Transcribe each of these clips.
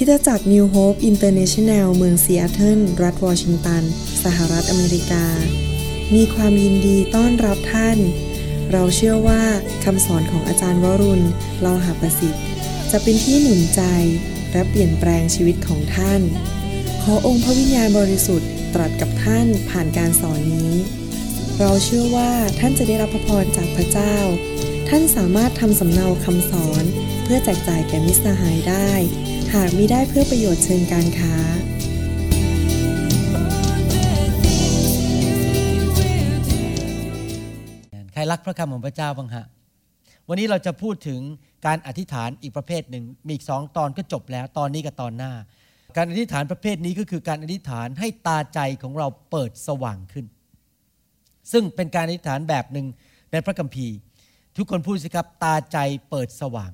คริสตจักร New Hope International เมืองซีแอตเทิลรัฐวอชิงตันสหรัฐอเมริกามีความยินดีต้อนรับท่านเราเชื่อว่าคำสอนของอาจารย์วรุณ เลาหะประสิทธิ์จะเป็นที่หนุนใจและเปลี่ยนแปลงชีวิตของท่านขอองค์พระวิญญาณบริสุทธิ์ตรัสกับท่านผ่านการสอนนี้เราเชื่อว่าท่านจะได้รับพระพรจากพระเจ้าท่านสามารถทำสำเนาคำสอนเพื่อแจกจ่ายแก่มิตรสหายได้หากมิได้เพื่อประโยชน์เชิงการค้าใครรักพระคำของพระเจ้าบ้างฮะวันนี้เราจะพูดถึงการอธิษฐานอีกประเภทหนึ่งมีอีก2ตอนก็จบแล้วตอนนี้กับตอนหน้าการอธิษฐานประเภทนี้ก็คือการอธิษฐานให้ตาใจของเราเปิดสว่างขึ้นซึ่งเป็นการอธิษฐานแบบหนึ่งในพระคัมภีร์ทุกคนพูดสิครับตาใจเปิดสว่าง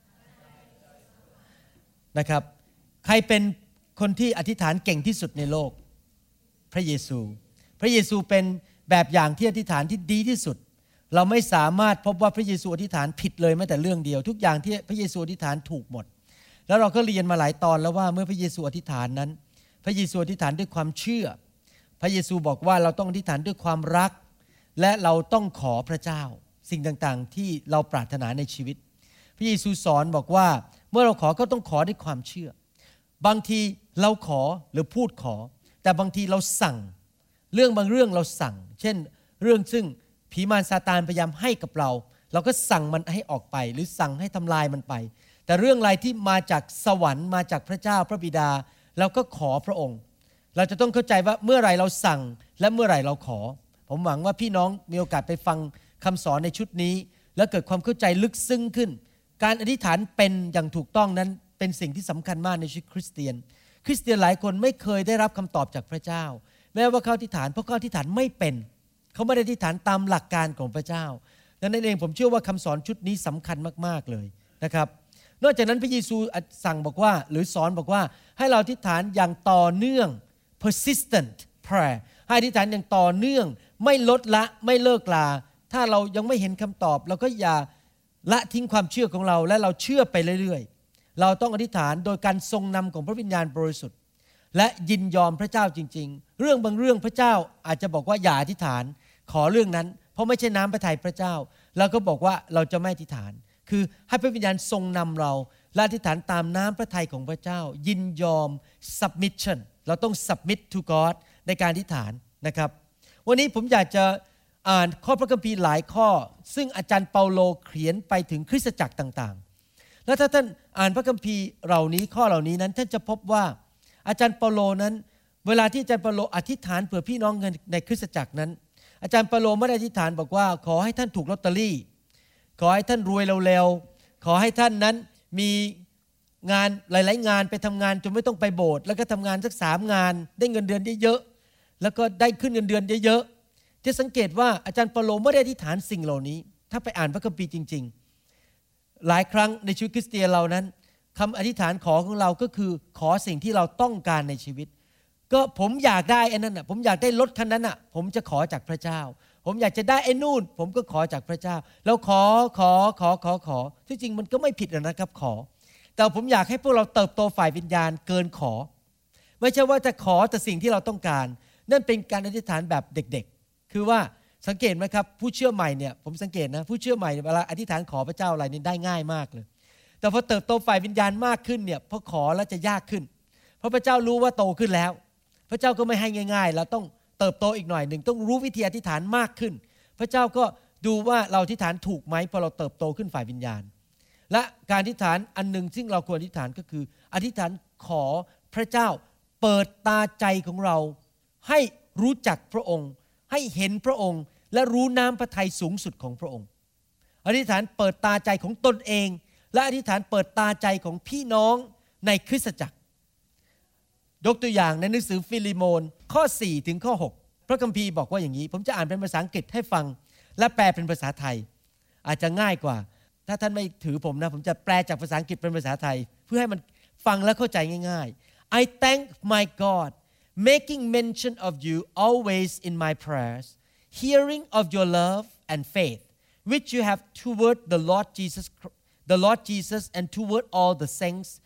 นะครับใครเป็นคนที่อธิษฐานเก่งที่สุดในโลกพระเยซูพระเยซูเป็นแบบอย่างที่อธิษฐานที่ดีที่สุดเราไม่สามารถพบว่าพระเยซูอธิษฐานผิดเลยแม้แต่เรื่องเดียวทุกอย่างที่พระเยซูอธิษฐานถูกหมดแล้วเราก็เรียนมาหลายตอนแล้วว่าเมื่อพระเยซูอธิษฐานนั้นพระเยซูอธิษฐานด้วยความเชื่อพระเยซูบอกว่าเราต้องอธิษฐานด้วยความรักและเราต้องขอพระเจ้าสิ่งต่างๆที่เราปรารถนาในชีวิตพระเยซูสอนบอกว่าเมื่อเราขอก็ต้องขอด้วยความเชื่อบางทีเราขอหรือพูดขอแต่บางทีเราสั่งเรื่องบางเรื่องเราสั่งเช่นเรื่องซึ่งผีมารซาตานพยายามให้กับเราเราก็สั่งมันให้ออกไปหรือสั่งให้ทำลายมันไปแต่เรื่องอะไรที่มาจากสวรรค์มาจากพระเจ้าพระบิดาเราก็ขอพระองค์เราจะต้องเข้าใจว่าเมื่อไหร่เราสั่งและเมื่อไหร่เราขอผมหวังว่าพี่น้องมีโอกาสไปฟังคำสอนในชุดนี้แล้วเกิดความเข้าใจลึกซึ้งขึ้นการอธิษฐานเป็นอย่างถูกต้องนั้นเป็นสิ่งที่สำคัญมากในชีวิตคริสเตียนหลายคนไม่เคยได้รับคำตอบจากพระเจ้าแม้ว่าเขาอธิษฐานเพราะเขาอธิษฐานไม่เป็นเขาไม่ได้อธิษฐานตามหลักการของพระเจ้าดังนั้นเองผมเชื่อว่าคำสอนชุดนี้สำคัญมากๆเลยนะครับนอกจากนั้นพระเยซูสั่งบอกว่าหรือสอนบอกว่าให้เราอธิษฐานอย่างต่อเนื่อง persistent prayer ให้อธิษฐานอย่างต่อเนื่องไม่ลดละไม่เลิกลาถ้าเรายังไม่เห็นคำตอบเราก็อย่าละทิ้งความเชื่อของเราและเราเชื่อไปเรื่อยๆเราต้องอธิษฐานโดยการทรงนำของพระวิญญาณบริสุทธิ์และยินยอมพระเจ้าจริงๆเรื่องบางเรื่องพระเจ้าอาจจะบอกว่าอย่าอธิษฐานขอเรื่องนั้นเพราะไม่ใช่น้ำพระทัยพระเจ้าเราก็บอกว่าเราจะไม่อธิษฐานคือให้พระวิญญาณทรงนำเราและอธิษฐานตามน้ำพระทัยของพระเจ้ายินยอม submission เราต้อง submit to God ในการอธิษฐานนะครับวันนี้ผมอยากจะอ่านข้อพระคัมภีร์หลายข้อซึ่งอาจารย์เปาโลเขียนไปถึงคริสตจักรต่างๆแล้วถ้าท่านอ่านพระคัมภีร์เหล่านี้ข้อเหล่านี้นั้นท่านจะพบว่าอาจารย์เปาโลนั้นเวลาที่อาจารย์เปาโลอธิษฐานเผื่อพี่น้องในคริสตจักรนั้นอาจารย์เปาโลไม่ได้อธิษฐานบอกว่าขอให้ท่านถูกลอตเตอรี่ขอให้ท่านรวยเร็วๆขอให้ท่านนั้นมีงานหลายๆงานไปทำงานจนไม่ต้องไปโบสถ์แล้วก็ทำงานสัก3งานได้เงินเดือนเยอะๆแล้วก็ได้ขึ้นเงินเดือนเยอะๆจะสังเกตว่าอาจารย์เปาโลไม่ได้อธิษฐานสิ่งเหล่านี้ถ้าไปอ่านพระคัมภีร์จริงๆหลายครั้งในชีวิตคริสเตียนเรานั้นคำอธิษฐานขอของเราก็คือขอสิ่งที่เราต้องการในชีวิตก็ผมอยากได้ไอ้นั่นน่ะผมอยากได้รถคันนั้นน่ะผมจะขอจากพระเจ้าผมอยากจะได้ไอ้นู่นผมก็ขอจากพระเจ้าแล้วขอที่จริงมันก็ไม่ผิดนะครับขอแต่ผมอยากให้พวกเราเติบโตฝ่ายวิญญาณเกินขอไม่ใช่ว่าจะขอแต่สิ่งที่เราต้องการนั่นเป็นการอธิษฐานแบบเด็กๆคือว่าสังเกตไหมครับผู้เชื่อใหม่เนี่ยผมสังเกตนะผู้เชื่อใหม่เวลาอธิษฐานขอพระเจ้าอะไรนี่ได้ง่ายมากเลยแต่พอเติบโตฝ่ายวิญญาณมากขึ้นเนี่ยพอขอแล้วจะยากขึ้นเพราะพระเจ้ารู้ว่าโตขึ้นแล้วพระเจ้าก็ไม่ให้ง่ายๆเราต้องเติบโตอีกหน่อยนึงต้องรู้วิธีอธิษฐานมากขึ้นพระเจ้าก็ดูว่าเราอธิษฐานถูกไหมพอเราเติบโตขึ้นฝ่ายวิญญาณและการอธิษฐานอันนึงซึ่งเราควรอธิษฐานก็คืออธิษฐานขอพระเจ้าเปิดตาใจของเราให้รู้จักพระองค์ให้เห็นพระองค์และรู้น้ำพระทัยสูงสุดของพระองค์อธิษฐานเปิดตาใจของตนเองและอธิษฐานเปิดตาใจของพี่น้องในคริสตจักรยกตัวอย่างในหนังสือฟิลิโมนข้อ4ถึงข้อ6พระคัมภีร์บอกว่าอย่างนี้ผมจะอ่านเป็นภาษาอังกฤษให้ฟังและแปลเป็นภาษาไทยอาจจะง่ายกว่าถ้าท่านไม่ถือผมนะผมจะแปลจากภาษาอังกฤษเป็นภาษาไทยเพื่อให้มันฟังและเข้าใจง่ายๆ I thank my God making mention of you always in my prayers hearing of your love and faith which you have toward the Lord Jesus and toward all the saints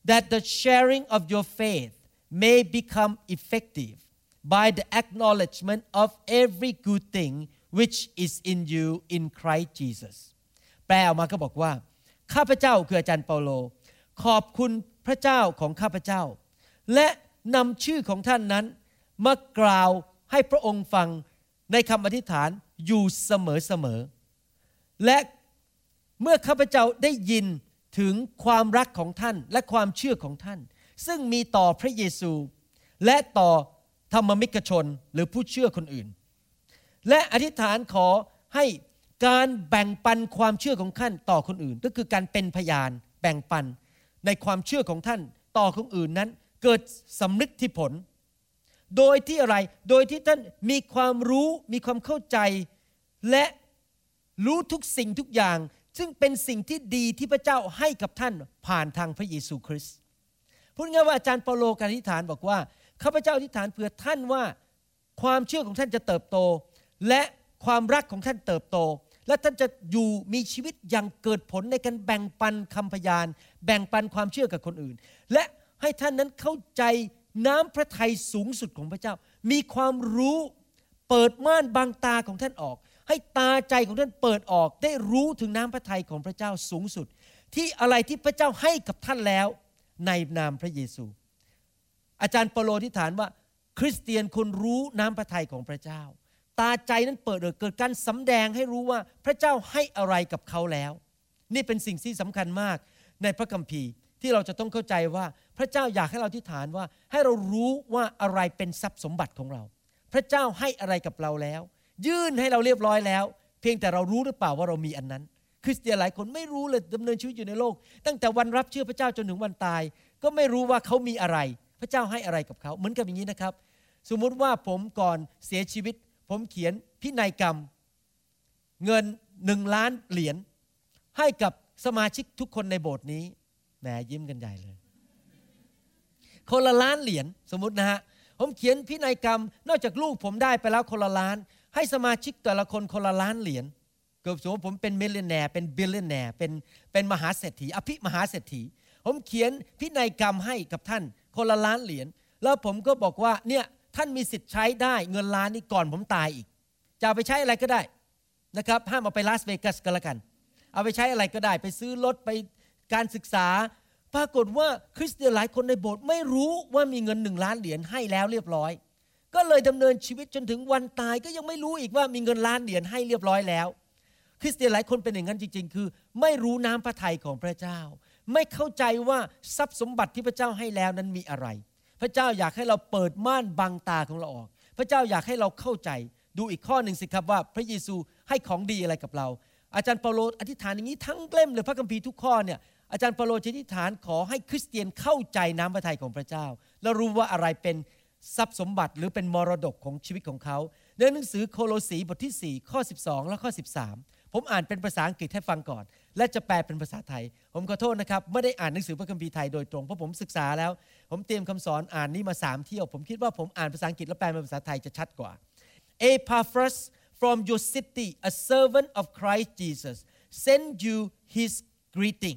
that the sharing of your faith may become effective by the acknowledgement of every good thing which is in you in Christ Jesus แปลออกมาก็บอกว่าข้าพเจ้าคืออาจารย์เปาโลขอบคุณพระเจ้าของข้าพเจ้าและนำชื่อของท่านนั้นมากล่าวให้พระองค์ฟังในคำอธิษฐานอยู่เสมอๆและเมื่อข้าพเจ้าได้ยินถึงความรักของท่านและความเชื่อของท่านซึ่งมีต่อพระเยซูและต่อธรรมมิกชนหรือผู้เชื่อคนอื่นและอธิษฐานขอให้การแบ่งปันความเชื่อของท่านต่อคนอื่นก็คือการเป็นพยานแบ่งปันในความเชื่อของท่านต่อคนอื่นนั้นเกิดสำนึกที่ผลโดยที่อะไรโดยที่ท่านมีความรู้มีความเข้าใจและรู้ทุกสิ่งทุกอย่างซึ่งเป็นสิ่งที่ดีที่พระเจ้าให้กับท่านผ่านทางพระเยซูคริสต์พูดง่ายว่าอาจารย์เปาโลการอธิษฐานบอกว่าข้าพเจ้าอธิษฐานเพื่อท่านว่าความเชื่อของท่านจะเติบโตและความรักของท่านเติบโตและท่านจะอยู่มีชีวิตอย่างเกิดผลในการแบ่งปันคำพยานแบ่งปันความเชื่อกับคนอื่นและให้ท่านนั้นเข้าใจน้ำพระทัยสูงสุดของพระเจ้ามีความรู้เปิดม่านบางตาของท่านออกให้ตาใจของท่านเปิดออกได้รู้ถึงน้ำพระทัยของพระเจ้าสูงสุดที่อะไรที่พระเจ้าให้กับท่านแล้วในนามพระเยซูอาจารย์เปาโลอธิษฐานว่าคริสเตียนคนรู้น้ำพระทัยของพระเจ้าตาใจนั้นเปิดเกิดการสำแดงให้รู้ว่าพระเจ้าให้อะไรกับเขาแล้วนี่เป็นสิ่งที่สำคัญมากในพระคัมภีร์ที่เราจะต้องเข้าใจว่าพระเจ้าอยากให้เราอธิษฐานว่าให้เรารู้ว่าอะไรเป็นทรัพย์สมบัติของเราพระเจ้าให้อะไรกับเราแล้วยื่นให้เราเรียบร้อยแล้วเพียงแต่เรารู้หรือเปล่าว่าเรามีอันนั้นคริสเตียนหลายคนไม่รู้เลยดำเนินชีวิตอยู่ในโลกตั้งแต่วันรับเชื่อพระเจ้าจนถึงวันตายก็ไม่รู้ว่าเขามีอะไรพระเจ้าให้อะไรกับเขาเหมือนกับอย่างนี้นะครับสมมุติว่าผมก่อนเสียชีวิตผมเขียนพินัยกรรมเงิน1 ล้านเหรียญให้กับสมาชิกทุกคนในโบสถ์นี้แหมยิ้มกันใหญ่เลยคนละ1 ล้านเหรียญสมมุตินะฮะผมเขียนพินัยกรรมนอกจากลูกผมได้ไปแล้วคนละ1 ล้านให้สมาชิกแต่ละคนคนละ1 ล้านเหรียญเกิดสมมติผมเป็นมิลเลนแนร์เป็นบิลเลนแนร์เป็นมหาเศรษฐีอภิมหาเศรษฐีผมเขียนพินัยกรรมให้กับท่านคนละ1 ล้านเหรียญแล้วผมก็บอกว่าเนี่ยท่านมีสิทธิ์ใช้ได้เงิน1 ล้านนี้ก่อนผมตายอีกจะเอาไปใช้อะไรก็ได้นะครับห้ามเอาไปลาสเวกัสก็แล้วกันเอาไปใช้อะไรก็ได้ไปซื้อรถไปการศึกษาปรากฏว่าคริสเตียนหลายคนในโบสถ์ไม่รู้ว่ามีเงิน1 ล้านเหรียญให้แล้วเรียบร้อยก็เลยดำเนินชีวิตจนถึงวันตายก็ยังไม่รู้อีกว่ามีเงิน1 ล้านเหรียญให้เรียบร้อยแล้วคริสเตียนหลายคนเป็นอย่างนั้นจริงๆคือไม่รู้น้ำพระทัยของพระเจ้าไม่เข้าใจว่าทรัพย์สมบัติที่พระเจ้าให้แล้วนั้นมีอะไรพระเจ้าอยากให้เราเปิดม่านบังตาของเราออกพระเจ้าอยากให้เราเข้าใจดูอีกข้อหนึ่งสิครับว่าพระเยซูให้ของดีอะไรกับเราอาจารย์เปาโลอธิษฐานอย่างนี้ทั้งเล่มเลยพระคัมภีร์ทุกข้อเนี่ยอาจารย์เปาโลอธิษฐานขอให้คริสเตียนเข้าใจน้ำพระทัยของพระเจ้าแล้วรู้ว่าอะไรเป็นทรัพย์สมบัติหรือเป็นมรดกของชีวิตของเขาในหนังสือโคโลสีบทที่4ข้อ12และข้อ13ผมอ่านเป็นภาษาอังกฤษให้ฟังก่อนและจะแปลเป็นภาษาไทยผมขอโทษนะครับไม่ได้อ่านหนังสือพระคัมภีร์ไทยโดยตรงเพราะผมศึกษาแล้วผมเตรียมคำสอนอ่านนี่มา3 เที่ยวผมคิดว่าผมอ่านภาษาอังกฤษแล้วแปลเป็นภาษาไทยจะชัดกว่า Epaphras from your city a servant of Christ Jesus send you his greeting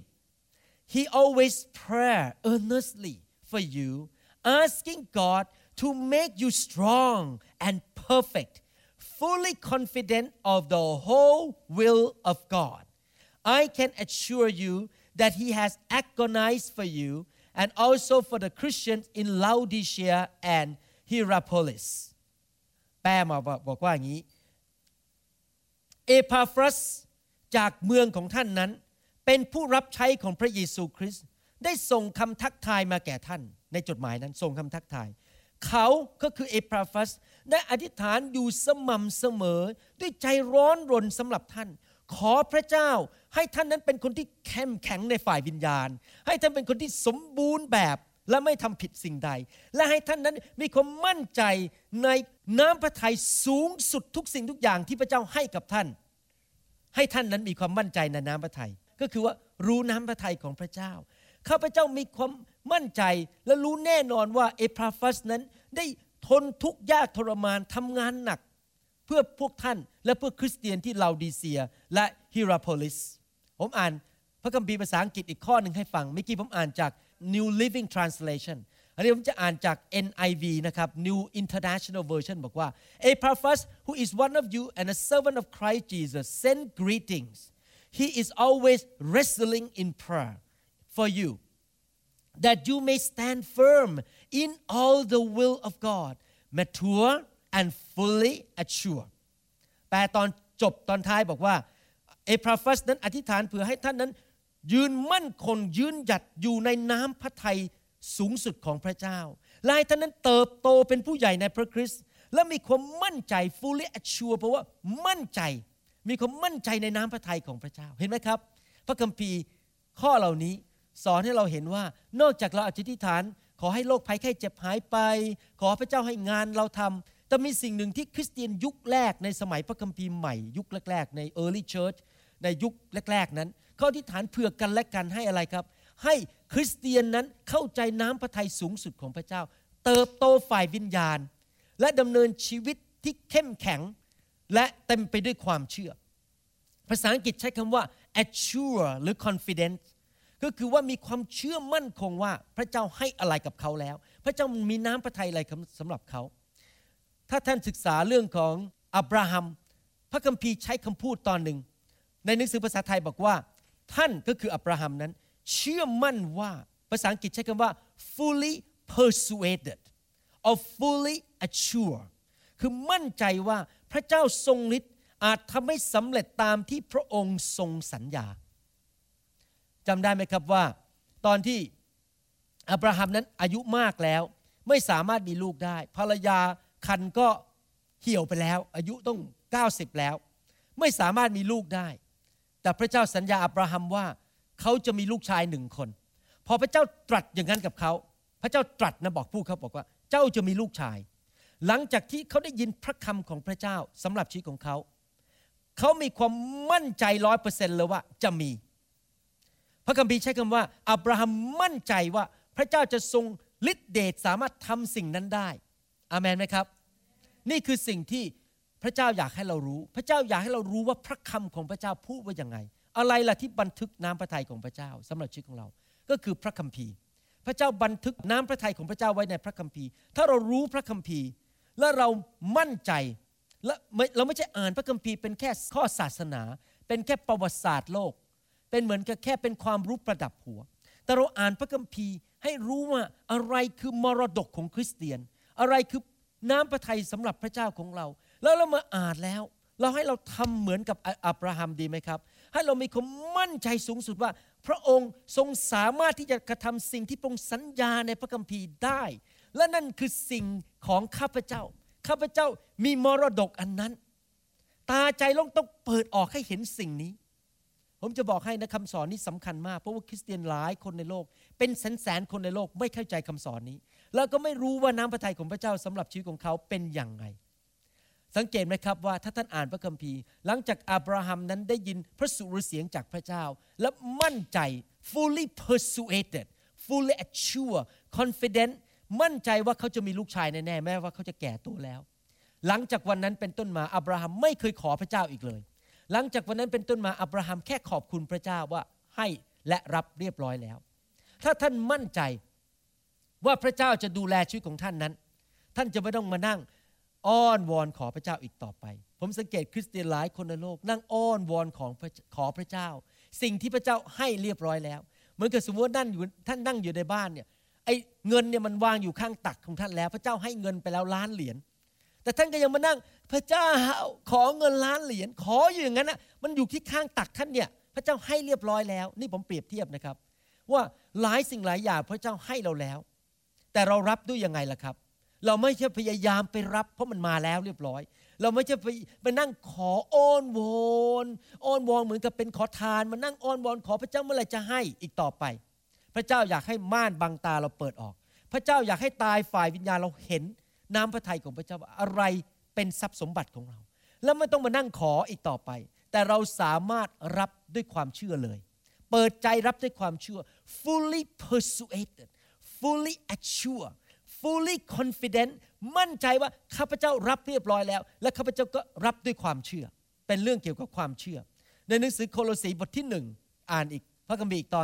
he always pray earnestly for you asking God to make you strong and perfect fully confident of the whole will of God I can assure you that he has agonized for you and also for the Christians in Laodicea and Hierapolis แปลมาบอกว่าอย่างนี้เอพาฟรัสจากเมืองของท่านนั้นเป็นผู้รับใช้ของพระเยซูคริสต์ได้ส่งคำทักทายมาแก่ท่านในจดหมายนั้นส่งคำทักทายเขาก็คือเอพาฟรัสได้อธิษฐานอยู่สม่ำเสมอด้วยใจร้อนรนสำหรับท่านขอพระเจ้าให้ท่านนั้นเป็นคนที่เข้มแข็งในฝ่ายวิญญาณให้ท่านเป็นคนที่สมบูรณ์แบบและไม่ทำผิดสิ่งใดและให้ท่านนั้นมีความมั่นใจในน้ำพระทัยสูงสุดทุกสิ่งทุกอย่างที่พระเจ้าให้กับท่านให้ท่านนั้นมีความมั่นใจในน้ำพระทัยก็คือว่ารู้น้ำพระทัยของพระเจ้าข้าพเจ้ามีความมั่นใจและรู้แน่นอนว่าเอพาฟรัสนั้นได้ทนทุกข์ยากทรมานทำงานหนักเพื่อพวกท่านและเพื่อคริสเตียนที่ลาโอดิเซียและฮิราโพลิสผมอ่านพระคัมภีร์ภาษาอังกฤษอีกข้อหนึ่งให้ฟังเมื่อกี้ผมอ่านจาก New Living Translation อันนี้ผมจะอ่านจาก NIV นะครับ New International Version บอกว่า Epaphras who is one of you and a servant of Christ Jesus send greetings he is always wrestling in prayer for you that you may stand firm in all the will of God mature and fully assured แปลตอนจบตอนท้ายบอกว่าเอพาฟัสนั้นอธิษฐานเผื่อให้ท่านนั้นยืนมั่นคงยืนหยัดอยู่ในน้ำพระทัยสูงสุดของพระเจ้าและให้ท่านนั้นเติบโตเป็นผู้ใหญ่ในพระคริสต์และมีความมั่นใจ fully assured เพราะว่ามั่นใจมีความมั่นใจในน้ำพระทัยของพระเจ้าเห็นไหมครับพระคัมภีร์ข้อเหล่านี้สอนให้เราเห็นว่านอกจากเราอธิษฐานขอให้โรคภัยไข้เจ็บหายไปขอพระเจ้าให้งานเราทำแต่มีสิ่งหนึ่งที่คริสเตียนยุคแรกในสมัยพระคัมภีร์ใหม่ยุคแรกๆใน early church ในยุคแรกๆนั้นเขาอธิษฐานเผื่อกันและกันให้อะไรครับให้คริสเตียนนั้นเข้าใจน้ำพระทัยสูงสุดของพระเจ้าเติบโตฝ่ายวิญญาณและดำเนินชีวิตที่เข้มแข็งและเต็มไปด้วยความเชื่อภาษาอังกฤษใช้คำว่า assure หรือ confident ก็คือว่ามีความเชื่อมั่นคงว่าพระเจ้าให้อะไรกับเขาแล้วพระเจ้ามีน้ำพระทัยอะไรสำหรับเขาถ้าท่านศึกษาเรื่องของอับราฮัมพระคัมภีร์ใช้คำพูดตอนหนึ่งในหนังสือภาษาไทยบอกว่าท่านก็คืออับราฮัมนั้นเชื่อมั่นว่าภาษาอังกฤษใช้คำว่า fully persuaded or fully assured คือมั่นใจว่าพระเจ้าทรงฤทธิ์อาจทำให้สำเร็จตามที่พระองค์ทรงสัญญาจำได้ไหมครับว่าตอนที่อับราฮัมนั้นอายุมากแล้วไม่สามารถมีลูกได้ภรรยาคันก็เหี่ยวไปแล้วอายุต้อง90แล้วไม่สามารถมีลูกได้แต่พระเจ้าสัญญาอับราฮัมว่าเขาจะมีลูกชาย1คนพอพระเจ้าตรัสอย่างนั้นกับเขาพระเจ้าตรัสนะบอกผู้เขาบอกว่าเจ้าจะมีลูกชายหลังจากที่เขาได้ยินพระคำของพระเจ้าสำหรับชีวิตของเขาเขามีความมั่นใจ 100% เลยว่าจะมีพระคัมภีร์ใช้คำว่าอับราฮัมมั่นใจว่าพระเจ้าจะทรงฤทธิ์เดชสามารถทำสิ่งนั้นได้อาเมนไหมครับนี่คือสิ่งที่พระเจ้าอยากให้เรารู้พระเจ้าอยากให้เรารู้ว่าพระคำของพระเจ้าพูดว่าอย่างไงอะไรล่ะที่บันทึกน้ำพระทัยของพระเจ้าสำหรับชีวิตของเราก็คือพระคัมภีร์พระเจ้าบันทึกน้ำพระทัยของพระเจ้าไว้ในพระคัมภีร์ถ้าเรารู้พระคัมภีร์และเรามั่นใจและเราไม่ใช่อ่านพระคัมภีร์เป็นแค่ข้อศาสนาเป็นแค่ประวัติศาสตร์โลกเป็นเหมือนกับแค่เป็นความรู้ประดับหัวแต่เราอ่านพระคัมภีร์ให้รู้ว่าอะไรคือมรดกของคริสเตียนอะไรคือน้ำพระทัยสำหรับพระเจ้าของเราแล้วเรามาอ่านแล้วเราให้เราทำเหมือนกับอับราฮัมดีไหมครับให้เรามีความมั่นใจสูงสุดว่าพระองค์ทรงสามารถที่จะกระทำสิ่งที่พระองค์สัญญาในพระคัมภีร์ได้และนั่นคือสิ่งของข้าพเจ้าข้าพเจ้ามีมรดกอันนั้นตาใจต้องเปิดออกให้เห็นสิ่งนี้ผมจะบอกให้นะคำสอนนี้สำคัญมากเพราะว่าคริสเตียนหลายคนในโลกเป็นแสนๆคนในโลกไม่เข้าใจคำสอนนี้แล้วก็ไม่รู้ว่าน้ำพระทัยของพระเจ้าสำหรับชีวิตของเขาเป็นอย่างไรสังเกตไหมครับว่าถ้าท่านอ่านพระคัมภีร์หลังจากอับราฮัมนั้นได้ยินพระสุรเสียงจากพระเจ้าและมั่นใจ fully persuaded fully assured confident มั่นใจว่าเขาจะมีลูกชายแน่ๆแม้ว่าเขาจะแก่ตัวแล้วหลังจากวันนั้นเป็นต้นมาอับราฮัมไม่เคยขอพระเจ้าอีกเลยหลังจากวันนั้นเป็นต้นมาอับราฮัมแค่ขอบคุณพระเจ้าว่าให้และรับเรียบร้อยแล้วถ้าท่านมั่นใจว่าพระเจ้าจะดูแลชีวิตของท่านนั้นท่านจะไม่ต้องมานั่งอ้อนวอนขอพระเจ้าอีกต่อไปผมสังเกตคริสเตียนหลายคนในโลกนั่งอ้อนวอนขอพระเจ้าสิ่งที่พระเจ้าให้เรียบร้อยแล้วเหมือนกับสมมติว่าท่านนั่งอยู่ในบ้านเนี่ยไอ้เงินเนี่ยมันวางอยู่ข้างตักของท่านแล้วพระเจ้าให้เงินไปแล้ว1,000,000 เหรียญแต่ท่านก็ยังมานั่งพระเจ้าขอเงิน1,000,000 เหรียญขออยู่อย่างนั้นน่ะมันอยู่ที่ข้างตักท่านเนี่ยพระเจ้าให้เรียบร้อยแล้วนี่ผมเปรียบเทียบนะครับว่าหลายสิ่งหลายอย่างพระเจ้าให้เราแล้วแต่เรารับด้วยยังไงล่ะครับเราไม่ใช่พยายามไปรับเพราะมันมาแล้วเรียบร้อยเราไม่ใช่ไปนั่งขออ้อนวอนเหมือนกับเป็นขอทานมานั่งอ้อนวอนขอพระเจ้าเมื่อไหร่จะให้อีกต่อไปพระเจ้าอยากให้ม่านบังตาเราเปิดออกพระเจ้าอยากให้ตายฝ่ายวิญญาณเราเห็นน้ำพระทัยของพระเจ้าว่าอะไรเป็นทรัพย์สมบัติของเราแล้วไม่ต้องมานั่งขออีกต่อไปแต่เราสามารถรับด้วยความเชื่อเลยเปิดใจรับด้วยความเชื่อ fully persuaded fully assured fully confident มั่นใจว่าข้าพเจ้ารับเรียบร้อยแล้วและข้าพเจ้าก็รับด้วยความเชื่อเป็นเรื่องเกี่ยวกับความเชื่อในหนังสือโคโลสีบทที่1อ่านอีกพระคัมภีร์อีกตอนนึง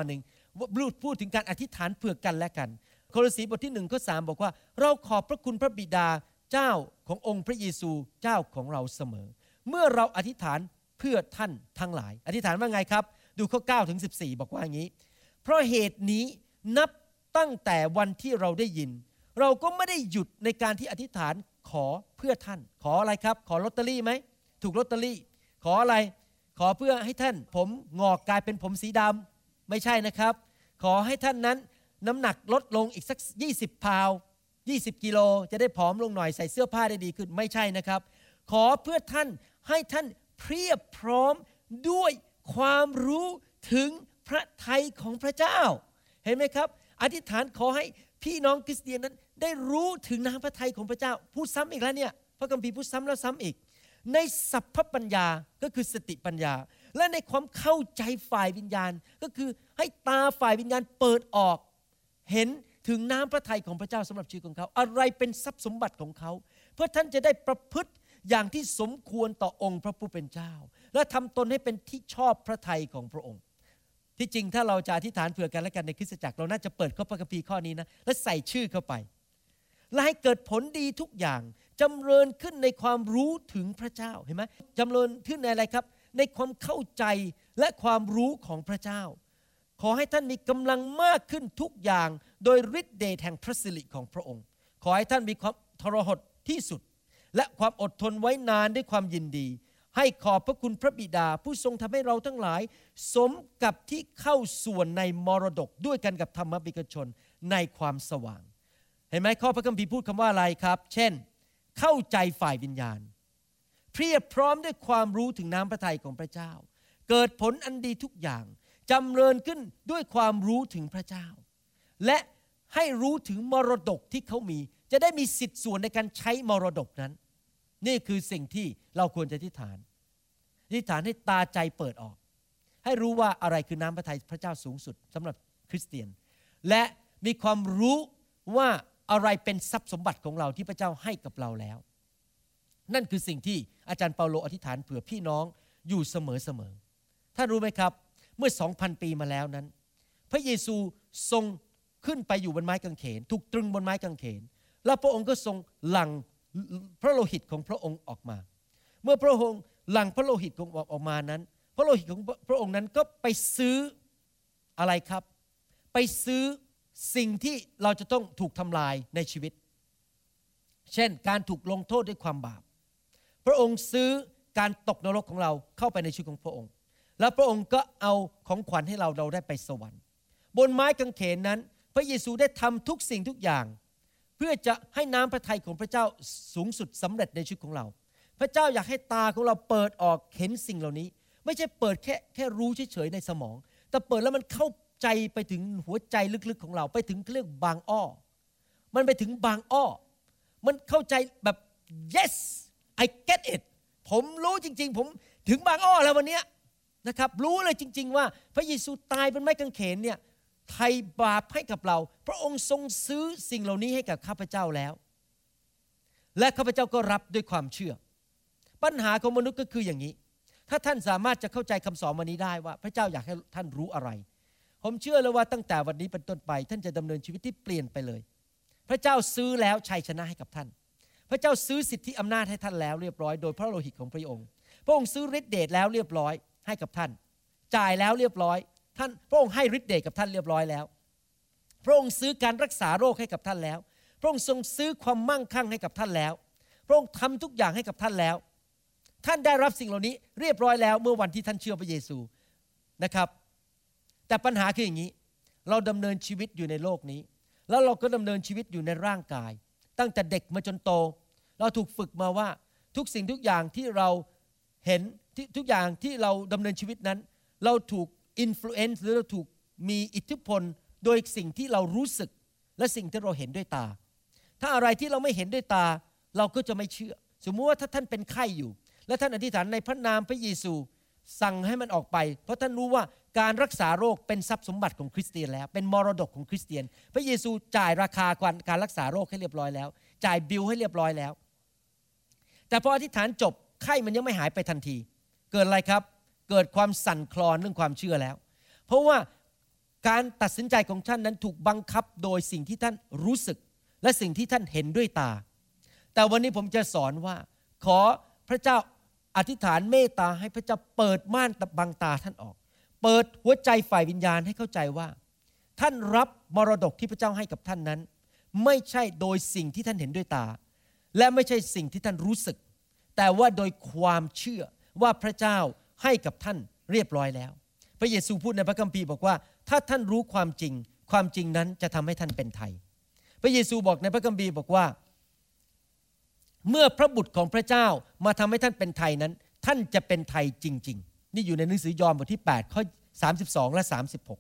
พูดถึงการอธิษฐานเผื่อกันและกันโคโลสีบทที่1ข้อ3บอกว่าเราขอบพระคุณพระบิดาเจ้าขององค์พระเยซูเจ้าของเราเสมอเมื่อเราอธิษฐานเพื่อท่านทั้งหลายอธิษฐานว่าไงครับดูข้อ9ถึง14บอกว่าอย่างนี้เพราะเหตุนี้นับตั้งแต่วันที่เราได้ยินเราก็ไม่ได้หยุดในการที่อธิษฐานขอเพื่อท่านขออะไรครับขอลอตเตอรี่ไหมถูกลอตเตอรี่ขออะไรขอเพื่อให้ท่านผมงอกกลายเป็นผมสีดำไม่ใช่นะครับขอให้ท่านนั้นน้ำหนักลดลงอีกสัก20 พาว20 กิโลจะได้ผอมลงหน่อยใส่เสื้อผ้าได้ดีขึ้นไม่ใช่นะครับขอเพื่อท่านให้ท่านเพียบพร้อมด้วยความรู้ถึงพระทัยของพระเจ้าเห็นไหมครับอธิษฐานขอให้พี่น้องคริสเตียนนั้นได้รู้ถึงน้ำพระทัยของพระเจ้าพูดซ้ำอีกแล้วเนี่ยพระคัมภีร์พูดซ้ำแล้วซ้ำอีกในสัพพปัญญาก็คือสติปัญญาและในความเข้าใจฝ่ายวิญญาณก็คือให้ตาฝ่ายวิญญาณเปิดออกเห็นถึงน้ำพระทัยของพระเจ้าสำหรับชีวิตของเขาอะไรเป็นทรัพย์สมบัติของเขาเพื่อท่านจะได้ประพฤติอย่างที่สมควรต่อองค์พระผู้เป็นเจ้าและทำตนให้เป็นที่ชอบพระทัยของพระองค์ที่จริงถ้าเราจะอธิษฐานเผื่อกันและกันในคริสตจักรเราน่าจะเปิดข้อพระคัมภีร์ข้อนี้นะและใส่ชื่อเข้าไปและให้เกิดผลดีทุกอย่างจำเริญขึ้นในความรู้ถึงพระเจ้าเห็นไหมจำเริญขึ้นในอะไรครับในความเข้าใจและความรู้ของพระเจ้าขอให้ท่านมีกำลังมากขึ้นทุกอย่างโดยฤทธิ์เดชแห่งพระสิริของพระองค์ขอให้ท่านมีความทรหดที่สุดและความอดทนไว้นานด้วยความยินดีให้ขอบพระคุณพระบิดาผู้ทรงทำให้เราทั้งหลายสมกับที่เข้าส่วนในมรดกด้วยกันกับธรรมบิดชนในความสว่างเห็นไหมข้อพระคัมภีร์พูดคำว่าอะไรครับเช่นเข้าใจฝ่ายวิญญาณเพียบพร้อมด้วยความรู้ถึงน้ำพระทัยของพระเจ้าเกิดผลอันดีทุกอย่างจำเริญขึ้นด้วยความรู้ถึงพระเจ้าและให้รู้ถึงมรดกที่เขามีจะได้มีสิทธิส่วนในการใช้มรดกนั้นนี่คือสิ่งที่เราควรจะอธิษฐานให้ตาใจเปิดออกให้รู้ว่าอะไรคือน้ำพระทัยพระเจ้าสูงสุดสำหรับคริสเตียนและมีความรู้ว่าอะไรเป็นทรัพย์สมบัติของเราที่พระเจ้าให้กับเราแล้วนั่นคือสิ่งที่อาจารย์เปาโลอธิษฐานเผื่อพี่น้องอยู่เสมอท่านรู้ไหมครับเมื่อ 2,000 ปีมาแล้วนั้นพระเยซูทรงขึ้นไปอยู่บนไม้กางเขนถูกตรึงบนไม้กางเขนแล้วพระองค์ก็ทรงหลั่งพระโลหิตของพระองค์ออกมาเมื่อพระองค์หลั่งพระโลหิตของออกมานั้นพระโลหิตของพระองค์นั้นก็ไปซื้ออะไรครับไปซื้อสิ่งที่เราจะต้องถูกทำลายในชีวิตเช่นการถูกลงโทษด้วยความบาปพระองค์ซื้อการตกนรกของเราเข้าไปในชีวิตของพระองค์แล้วพระองค์ก็เอาของขวัญให้เราได้ไปสวรรค์บนไม้กางเขนนั้นพระเยซูได้ทำทุกสิ่งทุกอย่างเพื่อจะให้น้ำพระทัยของพระเจ้าสูงสุดสำเร็จในชีวิตของเราพระเจ้าอยากให้ตาของเราเปิดออกเห็นสิ่งเหล่านี้ไม่ใช่เปิดแค่รู้เฉยๆในสมองแต่เปิดแล้วมันเข้าใจไปถึงหัวใจลึกๆของเราไปถึงเรื่องบางอ้อมันไปถึงบางอ้อมันเข้าใจแบบ yes I get it ผมรู้จริงๆผมถึงบางอ้อแล้ววันนี้นะครับรู้เลยจริงๆว่าพระเยซูตายบนไม้กางเขนเนี่ยไถ่บาปให้กับเราพระองค์ทรงซื้อสิ่งเหล่านี้ให้กับข้าพเจ้าแล้วและข้าพเจ้าก็รับด้วยความเชื่อปัญหาของมนุษย์ก็คืออย่างนี้ถ้าท่านสามารถจะเข้าใจคำสอนวันนี้ได้ว่าพระเจ้าอยากให้ท่านรู้อะไรผมเชื่อเลยว่าตั้งแต่วันนี้เป็นต้นไปท่านจะดำเนินชีวิตที่เปลี่ยนไปเลยพระเจ้าซื้อแล้วชัยชนะให้กับท่านพระเจ้าซื้อสิทธิอำนาจให้ท่านแล้วเรียบร้อยโดยพระโลหิตของพระองค์พระองค์ซื้อฤทธิ์เดชแล้วเรียบร้อยให้กับท่านจ่ายแล้วเรียบร้อยท่านพระองค์ให้ฤทธิ์เดชกับท่านเรียบร้อยแล้วพระองค์ซื้อการรักษาโรคให้กับท่านแล้วพระองค์ทรงซื้อความมั่งคั่งให้กับท่านแล้วพระองค์ทำทุกอย่างให้กับท่านแล้วท่านได้รับสิ่งเหล่านี้เรียบร้อยแล้วเมื่อวันที่ท่านเชื่อพระเยซูนะครับแต่ปัญหาคืออย่างนี้เราดำเนินชีวิตอยู่ในโลกนี้แล้วเราก็ดำเนินชีวิตอยู่ในร่างกายตั้งแต่เด็กมาจนโตเราถูกฝึกมาว่าทุกสิ่งทุกอย่างที่เราเห็นทุกอย่างที่เราดำเนินชีวิตนั้นเราถูกอิมโฟเอนซ์หรือเราถูกมีอิทธิพลโดยสิ่งที่เรารู้สึกและสิ่งที่เราเห็นด้วยตาถ้าอะไรที่เราไม่เห็นด้วยตาเราก็จะไม่เชื่อสมมุติว่าถ้าท่านเป็นไข้อยู่และท่านอธิษฐานในพระนามพระเยซูสั่งให้มันออกไปเพราะท่านรู้ว่าการรักษาโรคเป็นทรัพย์สมบัติของคริสเตียนแล้วเป็นมรดกของคริสเตียนพระเยซูจ่ายราคาการรักษาโรคให้เรียบร้อยแล้วจ่ายบิลให้เรียบร้อยแล้วแต่พออธิษฐานจบไข้มันยังไม่หายไปทันทีเกิดอะไรครับเกิดความสั่นคลอนเรื่องความเชื่อแล้วเพราะว่าการตัดสินใจของท่านนั้นถูกบังคับโดยสิ่งที่ท่านรู้สึกและสิ่งที่ท่านเห็นด้วยตาแต่วันนี้ผมจะสอนว่าขอพระเจ้าอธิษฐานเมตตาให้พระเจ้าเปิดม่านบังตาท่านออกเปิดหัวใจฝ่ายวิญญาณให้เข้าใจว่าท่านรับมรดกที่พระเจ้าให้กับท่านนั้นไม่ใช่โดยสิ่งที่ท่านเห็นด้วยตาและไม่ใช่สิ่งที่ท่านรู้สึกแต่ว่าโดยความเชื่อว่าพระเจ้าให้กับท่านเรียบร้อยแล้วพระเยซูพูดในพระคัมภีร์บอกว่าถ้าท่านรู้ความจริงความจริงนั้นจะทำให้ท่านเป็นไทยพระเยซูบอกในพระคัมภีร์บอกว่าเมื่อพระบุตรของพระเจ้ามาทำให้ท่านเป็นไทยนั้นท่านจะเป็นไทยจริงๆนี่อยู่ในหนังสือยอห์นบทที่8ข้อ32และ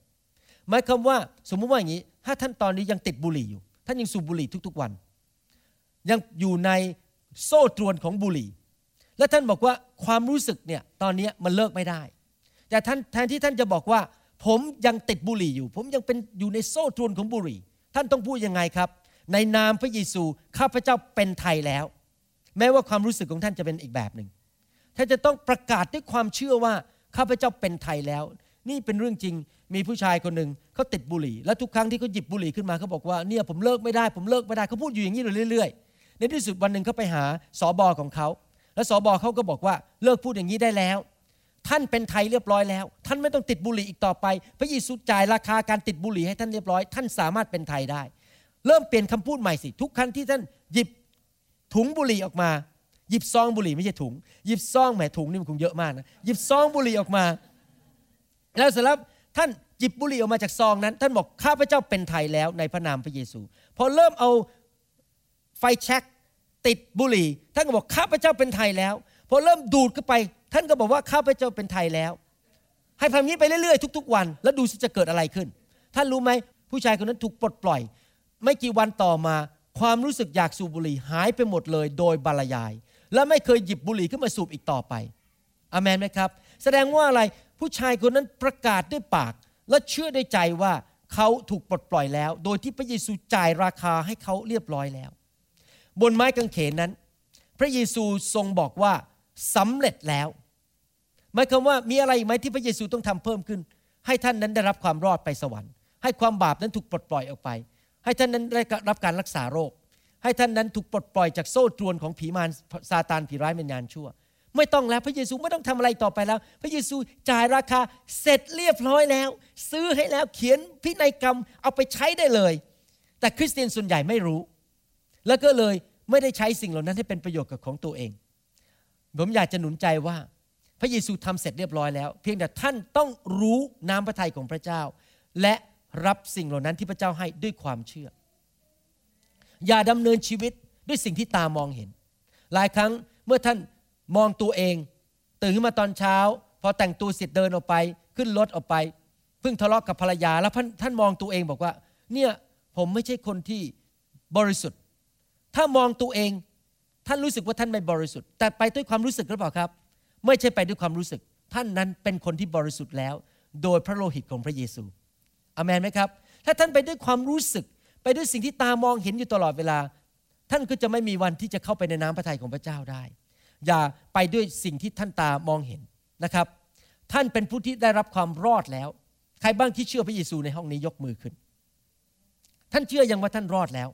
36หมายความว่าสมมุติว่าอย่างนี้ถ้าท่านตอนนี้ยังติดบุหรี่อยู่ท่านยังสูบบุหรี่ทุกๆวันยังอยู่ในโซ่ตรวนของบุหรี่และท่านบอกว่าความรู้สึกเนี่ยตอนนี้มันเลิกไม่ได้แต่ท่านแทนที่ท่านจะบอกว่าผมยังติดบุหรี่อยู่ผมยังเป็นอยู่ในโซ่ตรวนของบุหรี่ท่านต้องพูดยังไงครับในนามพระเยซูข้าพเจ้าเป็นไทยแล้วแม้ว่าความรู้สึกของท่านจะเป็นอีกแบบนึงท่านจะต้องประกาศด้วยความเชื่อว่าข้าพเจ้าเป็นไทยแล้วนี่เป็นเรื่องจริงมีผู้ชายคนนึงเขาติดบุหรี่แล้วทุกครั้งที่เขาหยิบบุหรี่ขึ้นมาเขาบอกว่าเนี่ยผมเลิกไม่ได้เขาพูดอยู่อย่างนี้เรื่อยๆในที่สุดวันนึงเขาไปหาสบของเขาแล้วสบเขาก็บอกว่าเลิกพูดอย่างนี้ได้แล้วท่านเป็นไทยเรียบร้อยแล้วท่านไม่ต้องติดบุหรี่อีกต่อไปพระเยซูจ่ายราคาการติดบุหรี่ให้ท่านเรียบร้อยท่านสามารถเป็นไทยได้เริ่มเปลี่ยนคำพูดใหม่สิทุกครั้งที่ท่านหยิบถุงบุหรี่ออกมาหยิบซองบุหรี่ไม่ใช่ถุงหยิบซองแหมถุงนี่มันคงเยอะมากนะหยิบซองบุหรี่ออกมาแล้วเสร็จแล้วท่านหยิบบุหรี่ออกมาจากซองนั้นท่านบอกข้าพเจ้าเป็นไทยแล้วในพระนามพระเยซูพอเริ่มเอาไฟแช็กติดบุหรี่ท่านก็บอกข้าพเจ้าเป็นไทยแล้วพอเริ่มดูดเข้าไปท่านก็บอกว่าข้าพเจ้าเป็นไทยแล้วให้ทำอย่างนี้ไปเรื่อยๆทุกๆวันแล้วดูจะเกิดอะไรขึ้นท่านรู้ไหมผู้ชายคนนั้นถูกปลดปล่อยไม่กี่วันต่อมาความรู้สึกอยากสูบบุหรี่หายไปหมดเลยโดยบรรยายและไม่เคยหยิบบุหรี่ขึ้นมาสูบอีกต่อไปอาเมนไหมครับแสดงว่าอะไรผู้ชายคนนั้นประกาศด้วยปากและเชื่อด้วยใจว่าเขาถูกปลดปล่อยแล้วโดยที่พระเยซูจ่ายราคาให้เขาเรียบร้อยแล้วบนไม้กางเขนนั้นพระเยซูทรงบอกว่าสำเร็จแล้วหมายความว่ามีอะไรไหมที่พระเยซูต้องทำเพิ่มขึ้นให้ท่านนั้นได้รับความรอดไปสวรรค์ให้ความบาปนั้นถูกปลดปล่อยออกไปให้ท่านนั้นได้รับการรักษาโรคให้ท่านนั้นถูกปลดปล่อยจากโซ่ตรวนของผีมารซาตานผีร้ายวิญญาณชั่วไม่ต้องแล้วพระเยซูไม่ต้องทำอะไรต่อไปแล้วพระเยซูจ่ายราคาเสร็จเรียบร้อยแล้วซื้อให้แล้วเขียนพินัยกรรมเอาไปใช้ได้เลยแต่คริสเตียนส่วนใหญ่ไม่รู้แล้วก็เลยไม่ได้ใช้สิ่งเหล่านั้นให้เป็นประโยชน์กับของตัวเองผมอยากจะหนุนใจว่าพระเยซูทำเสร็จเรียบร้อยแล้วเพียงแต่ท่านต้องรู้น้ำพระทัยของพระเจ้าและรับสิ่งเหล่านั้นที่พระเจ้าให้ด้วยความเชื่ออย่าดำเนินชีวิตด้วยสิ่งที่ตามองเห็นหลายครั้งเมื่อท่านมองตัวเองตื่นขึ้นมาตอนเช้าพอแต่งตัวเสร็จเดินออกไปขึ้นรถออกไปเพิ่งทะเลาะกับภรรยาแล้วท่านมองตัวเองบอกว่าเนี่ยผมไม่ใช่คนที่บริสุทธิ์ถ้ามองตัวเองท่านรู้สึกว่าท่านไม่บริสุทธิ์แต่ไปด้วยความรู้สึกหรือเปล่าครับไม่ใช่ไปด้วยความรู้สึกท่านนั้นเป็นคนที่บริสุทธิ์แล้วโดยพระโลหิตของพระเยซูอาเมนไหมครับถ้าท่านไปด้วยความรู้สึกไปด้วยสิ่งที่ตามองเห็นอยู่ตลอดเวลาท่านก็จะไม่มีวันที่จะเข้าไปในน้ำพระทัยของพระเจ้าได้อย่าไปด้วยสิ่งที่ท่านตามองเห็นนะครับท่านเป็นผู้ที่ได้รับความรอดแล้วใครบ้างที่เชื่อพระเยซูในห้องนี้ยกมือขึ้นท่านเชื่อยังว่าท่านรอดแล้ว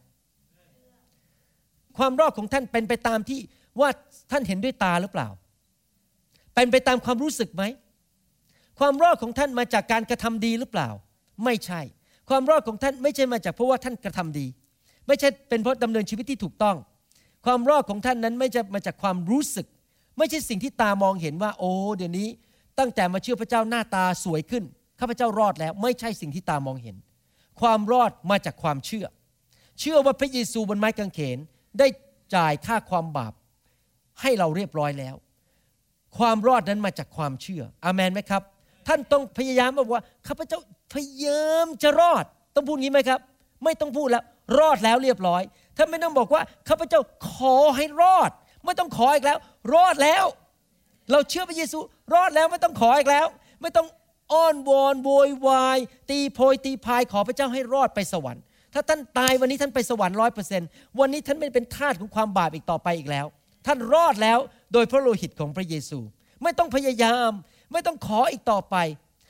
ความรอดของท่านเป็นไปตามที่ว่าท่านเห็นด้วยตาหรือเปล่าเป็นไปตามความรู้สึกไหมความรอดของท่านมาจากการกระทำดีหรือเปล่าไม่ใช่ความรอดของท่านไม่ใช่มาจากเพราะว่าท่านกระทำดีไม่ใช่เป็นเพราะดำเนินชีวิตที่ถูกต้องความรอดของท่านนั้นไม่ใช่มาจากความรู้สึกไม่ใช่สิ่งที่ตามองเห็นว่าโอ้เดี๋ยวนี้ตั้งแต่มาเชื่อพระเจ้าหน้าตาสวยขึ้นข้าพเจ้ารอดแล้วไม่ใช่สิ่งที่ตามองเห็นความรอดมาจากความเชื่อว่าพระเยซูบนไม้กางเขนได้จ่ายค่าความบาปให้เราเรียบร้อยแล้วความรอดนั้นมาจากความเชื่ออาเมนไหมครับท่านต้องพยายามบอกว่าข้าพเจ้าพยายามจะรอดต้องพูดงี้ไหมครับไม่ต้องพูดแล้วรอดแล้วเรียบร้อยท่านไม่ต้องบอกว่าข้าพเจ้าขอให้รอดไม่ต้องขออีกแล้วรอดแล้วเราเชื่อพระเยซูรอดแล้วไม่ต้องขออีกแล้วไม่ต้องอ้อนวอนโวยวายตีโพยตีพายขอพระเจ้าให้รอดไปสวรรค์ถ้าท่านตายวันนี้ท่านไปสวรรค์ 100% วันนี้ท่านไม่เป็นทาสของความบาปอีกต่อไปอีกแล้วท่านรอดแล้วโดยพระโลหิตของพระเยซูไม่ต้องพยายามไม่ต้องขออีกต่อไป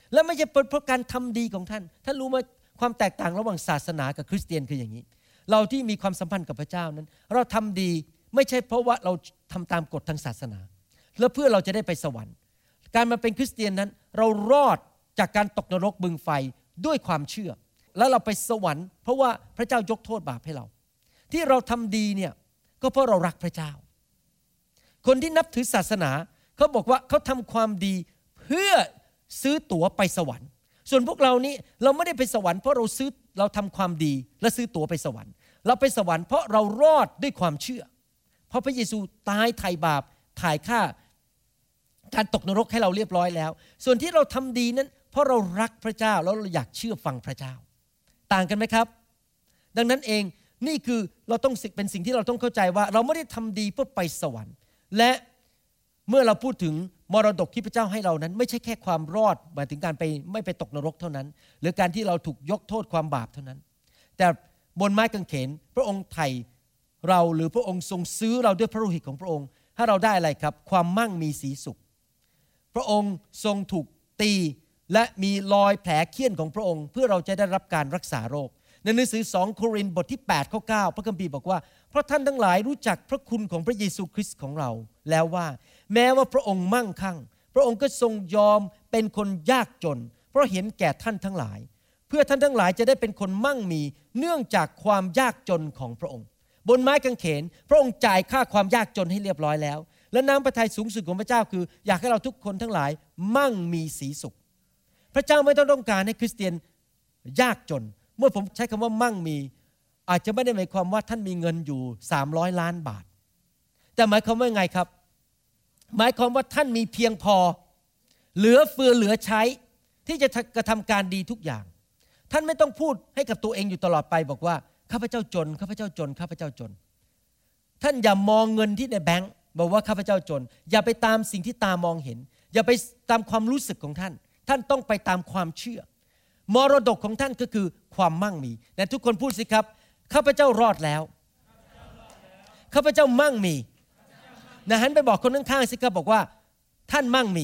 และไม่ใช่เพราะการทำดีของท่านท่านรู้ไหมความแตกต่างระหว่างศาสนากับคริสเตียนคืออย่างนี้เราที่มีความสัมพันธ์กับพระเจ้านั้นเราทำดีไม่ใช่เพราะว่าเราทำตามกฎทางศาสนาแล้วเพื่อเราจะได้ไปสวรรค์การมาเป็นคริสเตียนนั้นเรารอดจากการตกนรกบึงไฟด้วยความเชื่อแล้วเราไปสวรรค์เพราะว่าพระเจ้ายกโทษบาปให้เราที่เราทำดีเนี่ยก็เพราะเรารักพระเจ้าคนที่นับถือศาสนาเขาบอกว่าเขาทำความดีเพื่อซื้อตั๋วไปสวรรค์ส่วนพวกเรานี้เราไม่ได้ไปสวรรค์เพราะเราทำความดีและซื้อตั๋วไปสวรรค์เราไปสวรรค์เพราะเรารอดด้วยความเชื่อเพราะพระเยซูตายไถ่บาปถ่ายค่าการตกนรกให้เราเรียบร้อยแล้วส่วนที่เราทำดีนั้นเพราะเรารักพระเจ้าแล้วเราอยากเชื่อฟังพระเจ้าต่างกันไหมครับดังนั้นเองนี่คือเราต้องเป็นสิ่งที่เราต้องเข้าใจว่าเราไม่ได้ทำดีเพื่อไปสวรรค์และเมื่อเราพูดถึงมรดกที่พระเจ้าให้เรานั้นไม่ใช่แค่ความรอดหมายถึงการไม่ไปตกนรกเท่านั้นหรือการที่เราถูกยกโทษความบาปเท่านั้นแต่บนไม้กางเขนพระองค์ไถ่เราหรือพระองค์ทรงซื้อเราด้วยพระโลหิตของพระองค์ให้เราได้อะไรครับความมั่งมีสีสุขพระองค์ทรงถูกตีและมีรอยแผลเฆี่ยนของพระองค์เพื่อเราจะได้รับการรักษาโรคในหนังสือ2โครินธ์บทที่8ข้อ9พระคัมภีร์บอกว่าเพราะท่านทั้งหลายรู้จักพระคุณของพระเยซูคริสต์ของเราแล้วว่าแม้ว่าพระองค์มั่งคั่งพระองค์ก็ทรงยอมเป็นคนยากจนเพราะเห็นแก่ท่านทั้งหลายเพื่อท่านทั้งหลายจะได้เป็นคนมั่งมีเนื่องจากความยากจนของพระองค์บนไม้กางเขนพระองค์จ่ายค่าความยากจนให้เรียบร้อยแล้วและน้ำพระทัยสูงสุดของพระเจ้าคืออยากให้เราทุกคนทั้งหลายมั่งมีสีสุขพระเจ้าไม่ต้องการให้คริสเตียนยากจนเมื่อผมใช้คำว่ามั่งมีอาจจะไม่ได้หมายความว่าท่านมีเงินอยู่300 ล้านบาทแต่หมายความว่าไงครับหมายความว่าท่านมีเพียงพอเหลือเฟือเหลือใช้ที่จะกระทำการดีทุกอย่างท่านไม่ต้องพูดให้กับตัวเองอยู่ตลอดไปบอกว่าข้าพเจ้าจนข้าพเจ้าจนข้าพเจ้าจนท่านอย่ามองเงินที่ในแบงก์บอกว่าข้าพเจ้าจนอย่าไปตามสิ่งที่ตามองเห็นอย่าไปตามความรู้สึกของท่านท่านต้องไปตามความเชื่อมรดกของท่านก็คือความมั่งมีแต่ทุกคนพูดสิครับข้าพเจ้ารอดแล้วข้าพเจ้ามั่งมีนะหันไปบอกคนข้างๆสิครับบอกว่าท่านมั่งมี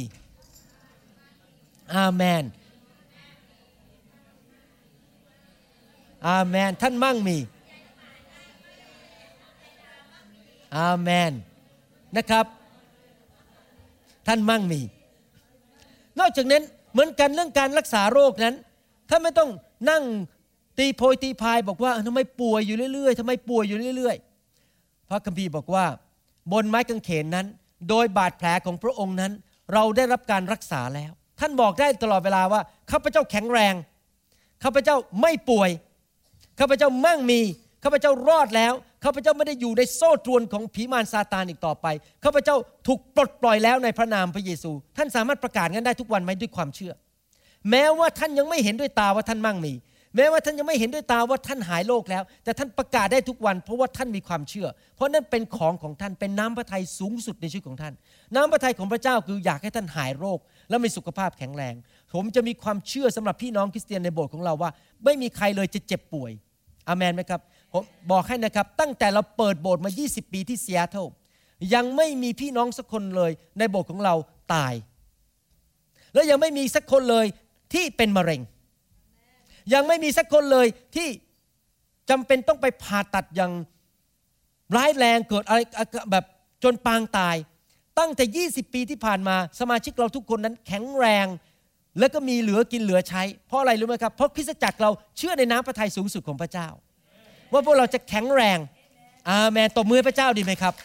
อาเมนอาเมนท่านมั่งมีอาเมนนะครับท่านมั่งมีนอกจากนั้นเหมือนกันเรื่องการรักษาโรคนั้นท่านไม่ต้องนั่งตีโพยตีพายบอกว่าทำไมป่วยอยู่เรื่อยๆทำไมป่วยอยู่เรื่อยๆพระคัมภีร์บอกว่าบนไม้กางเขนนั้นโดยบาดแผลของพระองค์นั้นเราได้รับการรักษาแล้วท่านบอกได้ตลอดเวลาว่าข้าพเจ้าแข็งแรงข้าพเจ้าไม่ป่วยข้าพเจ้ามั่งมีข้าพเจ้ารอดแล้วข้าพเจ้าไม่ได้อยู่ในโซ่ตรวนของผีมารซาตานอีกต่อไปข้าพเจ้าถูกปลดปล่อยแล้วในพระนามพระเยซูท่านสามารถประกาศงั้นได้ทุกวันไหมด้วยความเชื่อแม้ว่าท่านยังไม่เห็นด้วยตาว่าท่านมั่งมีแม้ว่าท่านยังไม่เห็นด้วยตาว่าท่านหายโรคแล้วแต่ท่านประกาศได้ทุกวันเพราะว่าท่านมีความเชื่อเพราะนั่นเป็นของท่านเป็นน้ำพระทัยสูงสุดในชีวิตของท่านน้ำพระทัยของพระเจ้าคืออยากให้ท่านหายโรคและมีสุขภาพแข็งแรงผมจะมีความเชื่อสำหรับพี่น้องคริสเตียนในโบสถ์ของเราว่าไม่มีใครเลยจะเจ็บป่วยอาเมนไหมครับผมบอกให้นะครับตั้งแต่เราเปิดโบสถ์มา20 ปีที่ซีแอตเทิลยังไม่มีพี่น้องสักคนเลยในโบสถ์ของเราตายและยังไม่มีสักคนเลยที่เป็นมะเร็งยังไม่มีสักคนเลยที่จำเป็นต้องไปผ่าตัดอย่างร้ายแรงเกิดอะไรแบบจนปางตายตั้งแต่20 ปีที่ผ่านมาสมาชิกเราทุกคนนั้นแข็งแรงแล้วก็มีเหลือกินเหลือใช้เพราะอะไรรู้ไหมครับเพราะคริสตจักรเราเชื่อในน้ำพระทัยสูงสุดของพระเจ้าว่าพวกเราจะแข็งแรงอาเมนตบมือให้พระเจ้าดีไหมครับ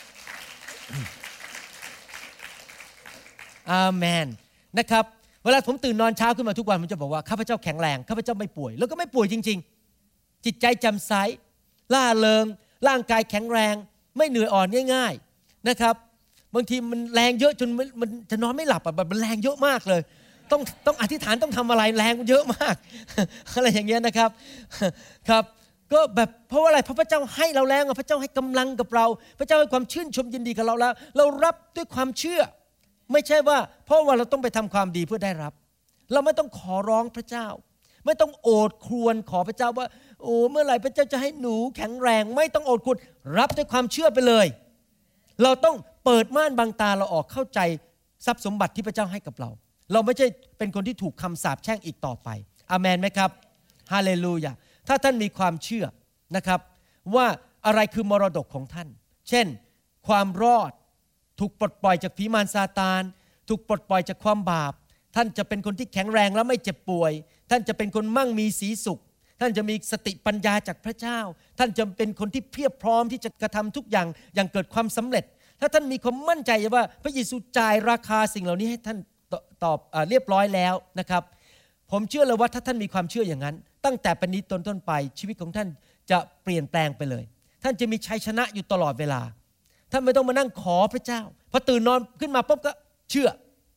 อาเมนนะครับเวลาผมตื่นนอนเช้าขึ้นมาทุกวันผมจะบอกว่าข้าพเจ้าแข็งแรงข้าพเจ้าไม่ป่วยแล้วก็ไม่ป่วยจริงๆจิตใจแจ่มใสล่าเริงร่างกายแข็งแรงไม่เหนื่อยอ่อนง่ายๆนะครับบางทีมันแรงเยอะจนมันจะนอนไม่หลับแบบมันแรงเยอะมากเลยต้องอธิษฐานต้องทำอะไรแรงเยอะมากอะไรอย่างเงี้ยนะครับครับก็แบบเพราะว่าอะไรเพราะพระเจ้าให้เราแล้วพระเจ้าให้กำลังกับเราพระเจ้าให้ความชื่นชมยินดีกับเราแล้วเรารับด้วยความเชื่อไม่ใช่ว่าเพราะว่าเราต้องไปทำความดีเพื่อได้รับเราไม่ต้องขอร้องพระเจ้าไม่ต้องโอดครวญขอพระเจ้าว่าโอ้เมื่อไหร่พระเจ้าจะให้หนูแข็งแรงไม่ต้องโอดครวญรับด้วยความเชื่อไปเลยเราต้องเปิดม่านบังตาเราออกเข้าใจทรัพย์สมบัติที่พระเจ้าให้กับเราเราไม่ใช่เป็นคนที่ถูกคำสาปแช่งอีกต่อไปอาเมนไหมครับฮาเลลูยาถ้าท่านมีความเชื่อนะครับว่าอะไรคือมรดกของท่านเช่นความรอดถูกปลดปล่อยจากผีมารซาตานถูกปลดปล่อยจากความบาปท่านจะเป็นคนที่แข็งแรงและไม่เจ็บป่วยท่านจะเป็นคนมั่งมีสีสุขท่านจะมีสติปัญญาจากพระเจ้าท่านจะเป็นคนที่เพียบพร้อมที่จะกระทำทุกอย่างอย่างเกิดความสำเร็จถ้าท่านมีความมั่นใจว่าพระเยซูจ่ายราคาสิ่งเหล่านี้ให้ท่านตอบเรียบร้อยแล้วนะครับผมเชื่อเลยว่าถ้าท่านมีความเชื่ออย่างนั้นตั้งแต่เป็นนี้ต้นไปชีวิตของท่านจะเปลี่ยนแปลงไปเลยท่านจะมีชัยชนะอยู่ตลอดเวลาท่านไม่ต้องมานั่งขอพระเจ้าพอตื่นนอนขึ้นมาปุ๊บก็เชื่อ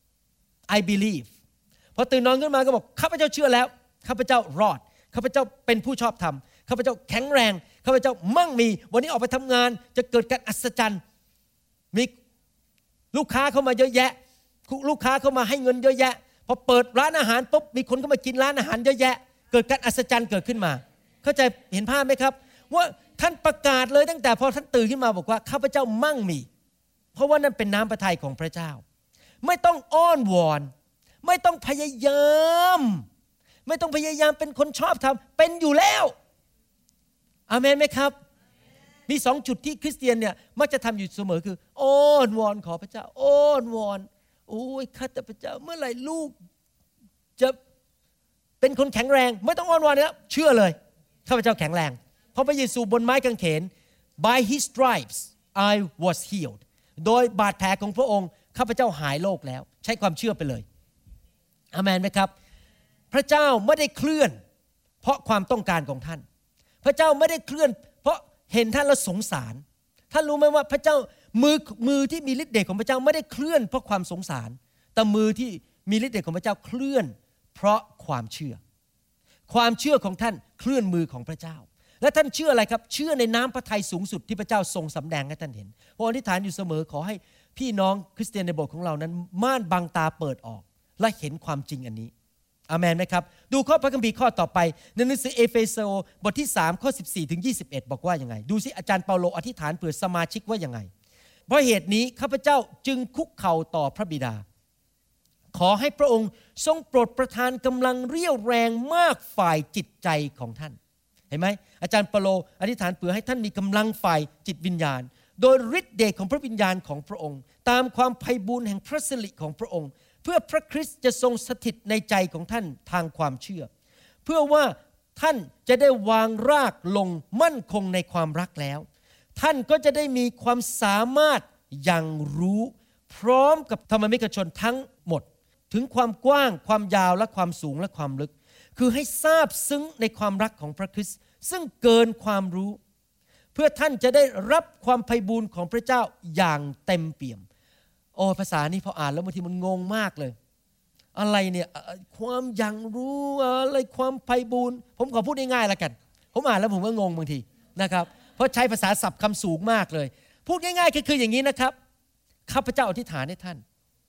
I believe พอตื่นนอนขึ้นมาก็บอกข้าพเจ้าเชื่อแล้วข้าพเจ้ารอดข้าพเจ้าเป็นผู้ชอบธรรมข้าพเจ้าแข็งแรงข้าพเจ้ามั่งมีวันนี้ออกไปทำงานจะเกิดการอัศจรรย์มีลูกค้าเข้ามาเยอะแยะลูกค้าเข้ามาให้เงินเยอะแยะพอเปิดร้านอาหารปุ๊บมีคนเข้ามากินร้านอาหารเยอะแยะเกิดการอัศจรรย์เกิดขึ้นมาเข้าใจเห็นภาพไหมครับว่าท่านประกาศเลยตั้งแต่พอท่านตื่นขึ้นมาบอกว่าข้าพเจ้ามั่งมีเพราะว่านั่นเป็นน้ำพระทัยของพระเจ้าไม่ต้องอ้อนวอนไม่ต้องพยายามไม่ต้องพยายามเป็นคนชอบธรรมเป็นอยู่แล้วอาเมนไหมครับมี2จุดที่คริสเตียนเนี่ยมักจะทำอยู่เสมอคืออ้อนวอนขอพระเจ้าอ้อนวอนโอ้ยข้าแต่พระเจ้าเมื่อไหร่ลูกจะเป็นคนแข็งแรงไม่ต้องอ้อนวอนแล้วเชื่อเลยข้าพเจ้าแข็งแรงเพราะพระเยซูบนไม้กางเขน by his stripes I was healed โดยบาดแผลของพระองค์ข้าพเจ้าหายโรคแล้วใช้ความเชื่อไปเลยอาเมนไหมครับพระเจ้าไม่ได้เคลื่อนเพราะความต้องการของท่านพระเจ้าไม่ได้เคลื่อนเพราะเห็นท่านแล้วสงสารท่านรู้ไหมว่าพระเจ้ามือที่มีฤทธิ์เดชของพระเจ้าไม่ได้เคลื่อนเพราะความสงสารแต่มือที่มีฤทธิ์เดชของพระเจ้าเคลื่อนเพราะความเชื่อความเชื่อของท่านเคลื่อนมือของพระเจ้าและท่านเชื่ออะไรครับเชื่อในน้ำพระทัยสูงสุดที่พระเจ้าทรงสำแดงให้ท่านเห็นเพราะอธิษฐานอยู่เสมอขอให้พี่น้องคริสเตียนในโบสถ์ของเรานั้นม่านบังตาเปิดออกและเห็นความจริงอันนี้อาเมนไหมครับดูข้อพระคัมภีร์ข้อต่อไปในหนังสือเอเฟโซบทที่3ข้อ14ถึง21บอกว่ายังไงดูสิอาจารย์เปาโลอธิษฐานเผื่อสมาชิกว่ายังไงเพราะเหตุนี้ข้าพเจ้าจึงคุกเข่าต่อพระบิดาขอให้พระองค์ทรงโปรดประทานกำลังเรี่ยวแรงมากฝ่ายจิตใจของท่านเห็นไหมอาจารย์เปาโลอธิษฐานเผื่อให้ท่านมีกำลังฝ่ายจิตวิญญาณโดยฤทธิ์เดชของพระวิญญาณของพระองค์ตามความไพบูลย์แห่งพระสิริของพระองค์เพื่อพระคริสต์จะทรงสถิตในใจของท่านทางความเชื่อเพื่อว่าท่านจะได้วางรากลงมั่นคงในความรักแล้วท่านก็จะได้มีความสามารถอย่างรู้พร้อมกับธรรมมิกชนทั้งหมดถึงความกว้างความยาวและความสูงและความลึกคือให้ทราบซึ้งในความรักของพระคริสต์ซึ่งเกินความรู้เพื่อท่านจะได้รับความไพบูลย์ของพระเจ้าอย่างเต็มเปี่ยมโอ้ภาษานี้พออ่านแล้วบางทีมันงงมากเลยอะไรเนี่ยความอย่างรู้อะไรความไพบูลย์ผมขอพูดง่ายๆแล้วกันผมอ่านแล้วผมก็งงบางทีนะครับเพราะใช้ภาษาศัพท์คำสูงมากเลยพูดง่ายๆคืออย่างนี้นะครับข้าพเจ้าอธิษฐานให้ท่าน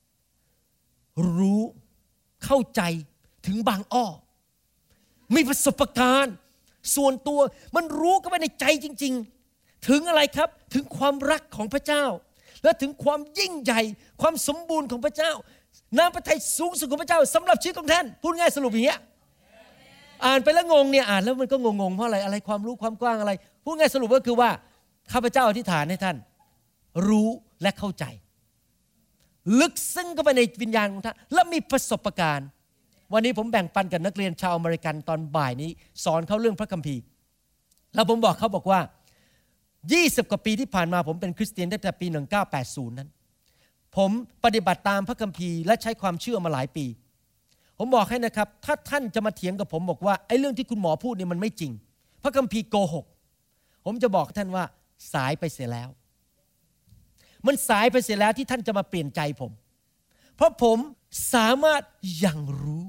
รู้เข้าใจถึงบางอ้อมีประสบการณ์ส่วนตัวมันรู้เข้าไปในใจจริงๆถึงอะไรครับถึงความรักของพระเจ้าและถึงความยิ่งใหญ่ความสมบูรณ์ของพระเจ้าน้ำพระทัยสูงสุดของพระเจ้าสำหรับชีวิตของท่านพูดง่ายสรุปอย่างเงี้ยอ่านไปแล้วงงเนี่ยอ่านแล้วมันก็งงๆเพราะอะไรความรู้ความกว้างอะไรพูดง่ายสรุปก็คือว่าข้าพเจ้าอธิษฐานให้ท่านรู้และเข้าใจลึกซึ้งเข้าไปในวิญญาณของท่านและมีประสบการณ์วันนี้ผมแบ่งปันกับนักเรียนชาวอเมริกันตอนบ่ายนี้สอนเขาเรื่องพระคัมภีร์แล้วผมบอกเขาบอกว่า20กว่าปีที่ผ่านมาผมเป็นคริสเตียนตั้งแต่ปี1980นั้นผมปฏิบัติตามพระคัมภีร์และใช้ความเชื่อมาหลายปีผมบอกให้นะครับถ้าท่านจะมาเถียงกับผมบอกว่าไอ้เรื่องที่คุณหมอพูดนี่มันไม่จริงพระคัมภีร์โกหกผมจะบอกท่านว่าสายไปเสียแล้วมันสายไปเสียแล้วที่ท่านจะมาเปลี่ยนใจผมเพราะผมสามารถยังรู้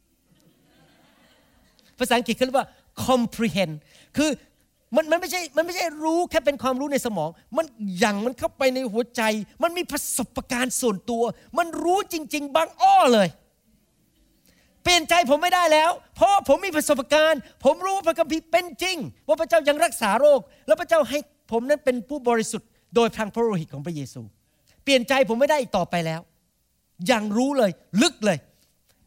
ภาษาอังกฤษเขาเรียกว่า comprehend คือมันไม่ใช่รู้แค่เป็นความรู้ในสมองมันยังมันเข้าไปในหัวใจมันมีประสบการณ์ส่วนตัวมันรู้จริงๆบางอ้อเลยเปลี่ยนใจผมไม่ได้แล้วเพราะผมมีประสบการณ์ผมรู้ว่าพระคัมภีร์เป็นจริงว่าพระเจ้ายังรักษาโรคแล้วพระเจ้าให้ผมนั้นเป็นผู้บริสุทธิ์โดยทางพระโลหิตของพระเยซูเปลี่ยนใจผมไม่ได้อีกต่อไปแล้วยังรู้เลยลึกเลย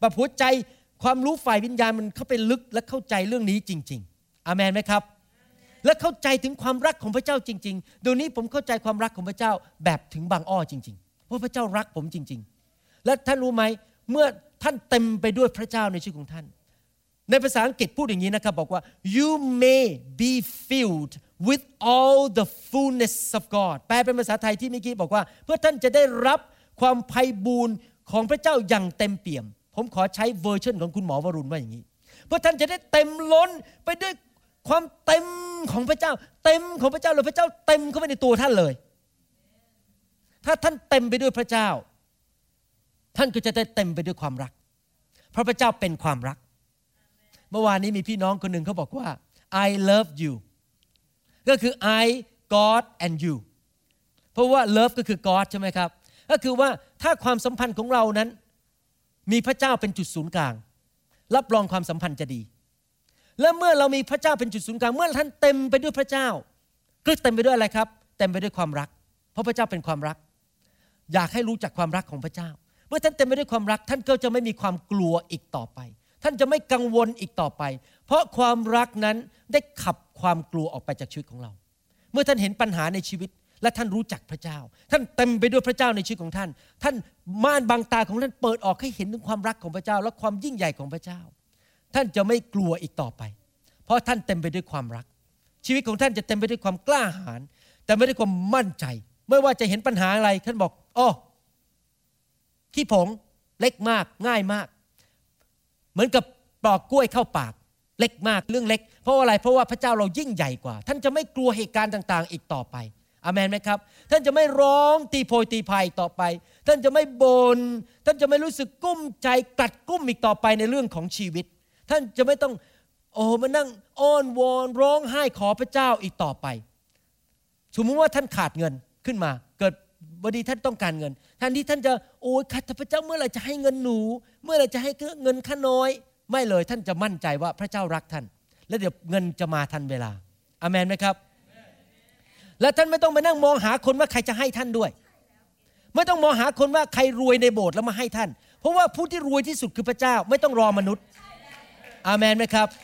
แบบหัวใจความรู้ฝ่ายวิญญาณมันเข้าไปลึกและเข้าใจเรื่องนี้จริงๆอาเมนไหมครับและเข้าใจถึงความรักของพระเจ้าจริงๆเดี๋ยวนี้ผมเข้าใจความรักของพระเจ้าแบบถึงบางอ้อจริงๆเพราะพระเจ้ารักผมจริงๆและท่านรู้ไหมเมื่อท่านเต็มไปด้วยพระเจ้าในชีวิตของท่านในภาษาอังกฤษพูดอย่างนี้นะครับบอกว่า you may be filled with all the fullness of God แปลเป็นภาษาไทยที่เมื่อกี้บอกว่าเพื่อท่านจะได้รับความไพบูลย์ของพระเจ้าอย่างเต็มเปี่ยมผมขอใช้เวอร์ชันของคุณหมอวรุณว่าอย่างนี้เพื่อท่านจะได้เต็มล้นไปด้วยความเต็มของพระเจ้าเต็มของพระเจ้าเลยพระเจ้าเต็มเข้าไปในตัวท่านเลยถ้าท่านเต็มไปด้วยพระเจ้าท่านก็จะได้เต็มไปด้วยความรักเพราะพระเจ้าเป็นความรักเมื่อวานนี้มีพี่น้องคนหนึ่งเขาบอกว่า I love you ก็คือ I God and you เพราะว่า love ก็คือ God ใช่ไหมครับก็คือว่าถ้าความสัมพันธ์ของเรานั้นมีพระเจ้าเป็นจุดศูนย์กลางรับรองความสัมพันธ์จะดีและเมื่อเรามีพระเจ้าเป็นจุดศูนย์กลางเมื่อท่านเต็มไปด้วยพระเจ้าก็เต็มไปด้วยอะไรครับเต็มไปด้วยความรักเพราะพระเจ้าเป็นความรักอยากให้รู้จักความรักของพระเจ้าเมื่อท่านเต็มไปด้วยความรักท่านก็จะไม่มีความกลัวอีกต่อไปท่านจะไม่กังวลอีกต่อไปเพราะความรักนั้นได้ขับความกลัวออกไปจากชีวิตของเราเมื่อท่านเห็นปัญหาในชีวิตและท่านรู้จักพระเจ้าท่านเต็มไปด้วยพระเจ้าในชีวิตของท่านท่านม่านบังตาของท่านเปิดออกให้เห็นถึงความรักของพระเจ้าและความยิ่งใหญ่ของพระเจ้าท่านจะไม่กลัวอีกต่อไปเพราะท่านเต็มไปด้วยความรักชีวิตของท่านจะเต็มไปด้วยความกล้าหาญแต่ไม่ได้ความมั่นใจไม่ว่าจะเห็นปัญหาอะไรท่านบอกอ้อขี้ผงเล็กมากง่ายมากเหมือนกับปลอกกล้วยเข้าปากเล็กมากเรื่องเล็กเพราะอะไรเพราะว่าพระเจ้าเรายิ่งใหญ่กว่าท่านจะไม่กลัวเหตุการณ์ต่างๆอีกต่อไปอาเมนไหมครับท่านจะไม่ร้องตีโพยตีพายต่อไปท่านจะไม่บ่นท่านจะไม่รู้สึกกุ้มใจกัดกุ้มอีกต่อไปในเรื่องของชีวิตท่านจะไม่ต้องมานั่งอ้อนวอนร้องไห้ขอพระเจ้าอีกต่อไปสมมติว่าท่านขาดเงินขึ้นมาเกิดวันนี้ท่านต้องการเงินแทนที่ท่านจะขัดพระเจ้าเมื่อไหร่จะให้เงินหนูเมื่อไหร่จะให้เงินข้าน้อยไม่เลยท่านจะมั่นใจว่าพระเจ้ารักท่านและเดี๋ยวเงินจะมาทันเวลาอาเมนไหมครับและท่านไม่ต้องไปนั่งมองหาคนว่าใครจะให้ท่านด้วยไม่ต้องมองหาคนว่าใครรวยในโบสถ์แล้วมาให้ท่านเพราะว่าผู้ที่รวยที่สุดคือพระเจ้าไม่ต้องรอมนุษย์อาเมนไหมครับ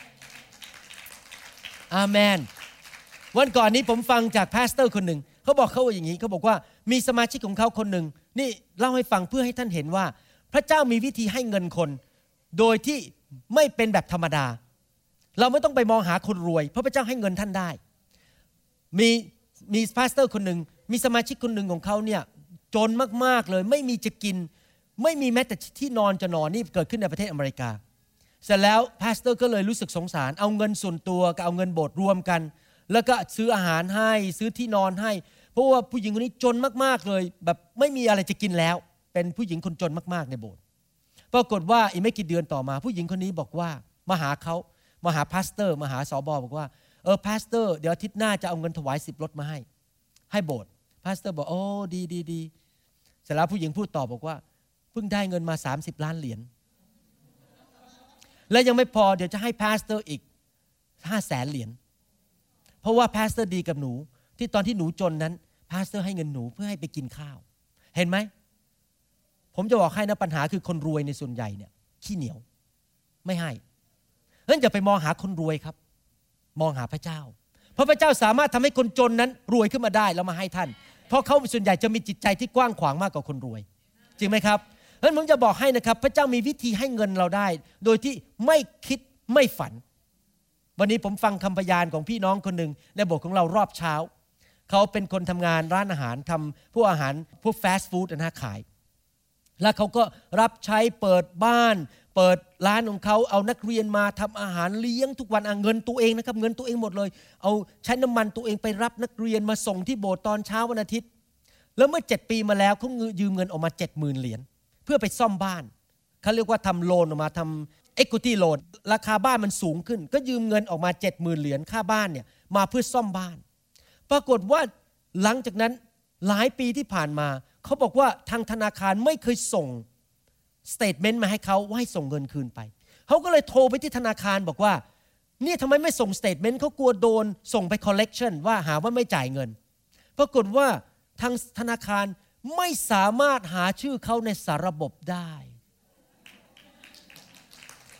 อาเมนวันก่อนนี้ผมฟังจากพาสเตอร์คนหนึ่งเขาบอกเขาอย่างนี้เขาบอกว่ามีสมาชิกของเขาคนหนึ่งนี่เล่าให้ฟังเพื่อให้ท่านเห็นว่าพระเจ้ามีวิธีให้เงินคนโดยที่ไม่เป็นแบบธรรมดาเราไม่ต้องไปมองหาคนรวยเพราะพระเจ้าให้เงินท่านได้มีพาสเตอร์คนหนึ่งมีสมาชิกคนหนึ่งของเขาเนี่ยจนมากๆเลยไม่มีจะกินไม่มีแม้แต่ที่นอนจะนอนนี่เกิดขึ้นในประเทศอเมริกาเสร็จแล้วพาสเตอร์ก็เลยรู้สึกสงสารเอาเงินส่วนตัวกับเอาเงินโบสถ์รวมกันแล้วก็ซื้ออาหารให้ซื้อที่นอนให้เพราะว่าผู้หญิงคนนี้จนมากๆเลยแบบไม่มีอะไรจะกินแล้วเป็นผู้หญิงคนจนมากๆในโบสถ์ปรากฏว่าอีกไม่กี่เดือนต่อมาผู้หญิงคนนี้บอกว่ามาหาเขามาหาพาสเตอร์มาหาสบบอกว่าพาสเตอร์เดี๋ยวอาทิตย์หน้าจะเอาเงินถวาย10 รถมาให้โบสถ์พาสเตอร์บอกโอ้ดีเสร็จแล้วผู้หญิงพูดต่อบอกว่าเพิ่งได้เงินมา30 ล้านเหรียญและยังไม่พอเดี๋ยวจะให้พาสเตอร์อีก500,000 เหรียญเพราะว่าพาสเตอร์ดีกับหนูที่ตอนที่หนูจนนั้นพาสเตอร์ให้เงินหนูเพื่อให้ไปกินข้าวเห็นไหมผมจะบอกให้นะปัญหาคือคนรวยในส่วนใหญ่เนี่ยขี้เหนียวไม่ให้งั้นอย่าไปมองหาคนรวยครับมองหาพระเจ้าเพราะพระเจ้าสามารถทำให้คนจนนั้นรวยขึ้นมาได้แล้วมาให้ท่านเพราะเขาส่วนใหญ่จะมีจิตใจที่กว้างขวางมากกว่าคนรวยจริงไหมครับงั้นผมจะบอกให้นะครับพระเจ้ามีวิธีให้เงินเราได้โดยที่ไม่คิดไม่ฝันวันนี้ผมฟังคำพยานของพี่น้องคนหนึ่งในโบสถ์ของเรารอบเช้าเขาเป็นคนทำงานร้านอาหารทำพวกอาหารพวกฟาสต์ฟู้ดนะขายแล้วเขาก็รับใช้เปิดบ้านเปิดร้านของเขาเอานักเรียนมาทำอาหารเลี้ยงทุกวันเงินตัวเองนะครับเงินตัวเองหมดเลยเอาใช้น้ำมันตัวเองไปรับนักเรียนมาส่งที่โบสถ์ตอนเช้าวันอาทิตย์แล้วเมื่อ7 ปีมาแล้วเขายืมเงินออกมา 70,000 เหรียญเพื่อไปซ่อมบ้านเขาเรียกว่าทำโลนออกมาทำ equity loan ราคาบ้านมันสูงขึ้นก็ยืมเงินออกมา 70,000 เหรียญค่าบ้านเนี่ยมาเพื่อซ่อมบ้านปรากฏว่าหลังจากนั้นหลายปีที่ผ่านมาเขาบอกว่าทางธนาคารไม่เคยส่งสเตทเมนต์มาให้เขาว่าให้ส่งเงินคืนไปเขาก็เลยโทรไปที่ธนาคารบอกว่านี่ทำไมไม่ส่งสเตทเมนต์เขากลัวโดนส่งไปคอลเลกชันว่าหาว่าไม่จ่ายเงินปรากฏว่าทางธนาคารไม่สามารถหาชื่อเขาในสารระบบได้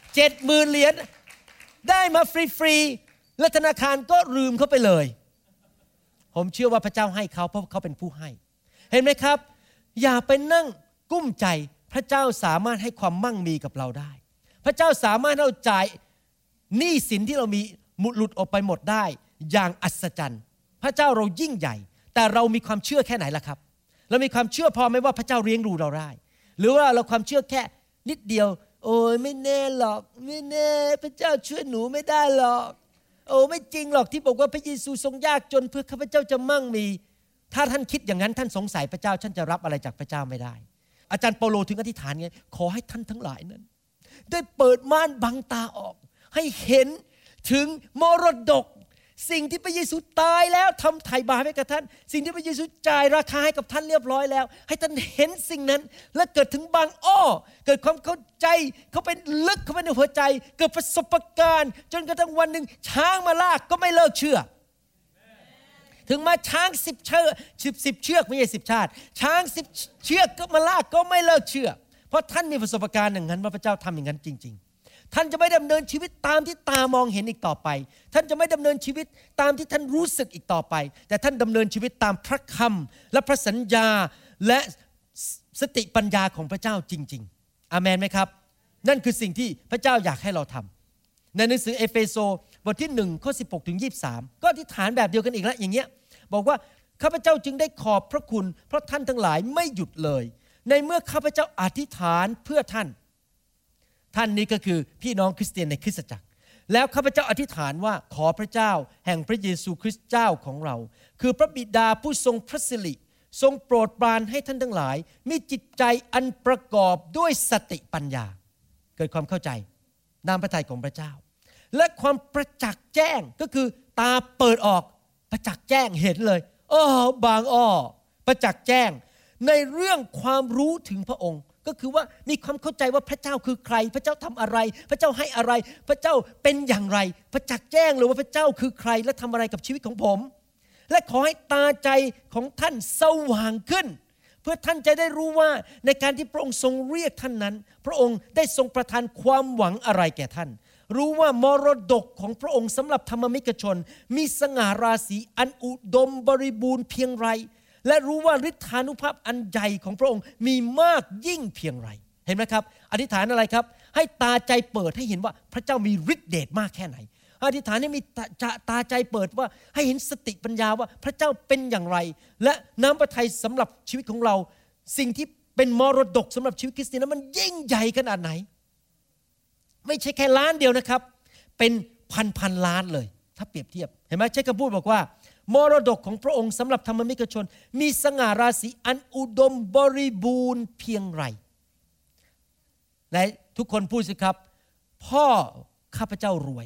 70,000 เหรียญได้มาฟรีๆและธนาคารก็ลืมเขาไปเลยผมเชื่อว่าพระเจ้าให้เขาเพราะเขาเป็นผู้ให้เห็นไหมครับอย่าไปนั่งกุ้มใจพระเจ้าสามารถให้ความมั่งมีกับเราได้พระเจ้าสามารถให้เราจ่ายหนี้สินที่เรามีหลุดออกไปหมดได้อย่างอัศจรรย์พระเจ้าเรายิ่งใหญ่แต่เรามีความเชื่อแค่ไหนล่ะครับเรามีความเชื่อพอไหมว่าพระเจ้าเลี้ยงดูเราได้หรือว่าเราความเชื่อแค่นิดเดียวโอ้ยไม่แน่หรอกไม่แน่พระเจ้าช่วยหนูไม่ได้หรอกโอ้ไม่จริงหรอกที่บอกว่าพระเยซูทรงยากจนเพื่อข้าพเจ้าจะมั่งมีถ้าท่านคิดอย่างนั้นท่านสงสัยพระเจ้าท่านจะรับอะไรจากพระเจ้าไม่ได้อาจารย์เปาโลถึงอธิษฐานไงขอให้ท่านทั้งหลายนั้นได้เปิดม่านบังตาออกให้เห็นถึงมรดกสิ่งที่พระเยซูตายแล้วทำไถ่บาปให้กับท่านสิ่งที่พระเยซูจ่ายราคาให้กับท่านเรียบร้อยแล้วให้ท่านเห็นสิ่งนั้นและเกิดถึงบางอ้อเกิดความเข้าใจเขาเป็นลึกเข้าไปในหัวใจเกิดประสบการณ์จนกระทั่งวันหนึ่งช้างมาลากก็ไม่เลิกเชื่อถึงมาช้าง10 เชือกไม่ใช่10 ชาติช้าง10 เชือกก็มาลากก็ไม่เลิกเชื่อเพราะท่านมีประสบการณ์อย่างนั้นว่าพระเจ้าทำอย่างนั้นจริงๆท่านจะไม่ดำเนินชีวิตตามที่ตามองเห็นอีกต่อไปท่านจะไม่ดำเนินชีวิตตามที่ท่านรู้สึกอีกต่อไปแต่ท่านดำเนินชีวิตตามพระคำและพระสัญญาและสติปัญญาของพระเจ้าจริงๆอาเมนไหมครับนั่นคือสิ่งที่พระเจ้าอยากให้เราทำในหนังสือเอเฟโซบทที่1ข้อ16ถึง23ก็อธิษฐานแบบเดียวกันอีกแล้วอย่างเงี้ยบอกว่าข้าพเจ้าจึงได้ขอบพระคุณเพราะท่านทั้งหลายไม่หยุดเลยในเมื่อข้าพเจ้าอธิษฐานเพื่อท่านนี้ก็คือพี่น้องคริสเตียนในคริสตจักรแล้วข้าพเจ้าอธิษฐานว่าขอพระเจ้าแห่งพระเยซูคริสต์เจ้าของเราคือพระบิดาผู้ทรงพระสิริทรงโปรดปรานให้ท่านทั้งหลายมีจิตใจอันประกอบด้วยสติปัญญาเกิดความเข้าใจนามพระทัยของพระเจ้าและความประจักษ์แจ้งก็คือตาเปิดออกประจักษ์แจ้งเห็นเลยบางอ้อประจักษ์แจ้งในเรื่องความรู้ถึงพระองค์ก็คือว่ามีความเข้าใจว่าพระเจ้าคือใครพระเจ้าทำอะไรพระเจ้าให้อะไรพระเจ้าเป็นอย่างไรประจักษ์แจ้งเลยว่าพระเจ้าคือใครและทำอะไรกับชีวิตของผมและขอให้ตาใจของท่านสว่างขึ้นเพื่อท่านจะได้รู้ว่าในการที่พระองค์ทรงเรียกท่านนั้นพระองค์ได้ทรงประทานความหวังอะไรแก่ท่านรู้ว่ามรดกของพระองค์สำหรับธรรมมิกชนมีสง่าราศีอันอุดมบริบูรณ์เพียงไรและรู้ว่าฤทธานุภาพอันใหญ่ของพระองค์มีมากยิ่งเพียงไรเห็นไหมครับอธิษฐานอะไรครับให้ตาใจเปิดให้เห็นว่าพระเจ้ามีฤทธิ์เดชมากแค่ไหนอธิษฐานให้มีตาใจเปิดว่าให้เห็นสติปัญญาว่าพระเจ้าเป็นอย่างไรและน้ำพระทัยสำหรับชีวิตของเราสิ่งที่เป็นมรดกสำหรับชีวิตคริสเตียนนั้นมันยิ่งใหญ่ขนาดไหนไม่ใช่แค่ล้านเดียวนะครับเป็นพันล้านเลยถ้าเปรียบเทียบเห็นไหมใช้คำพูดบอกว่ามรดกของพระองค์สำหรับธรรมมิกชนมีสง่าราศีอันอุดมบริบูรณ์เพียงไรและทุกคนพูดสิครับพ่อข้าพเจ้ารวย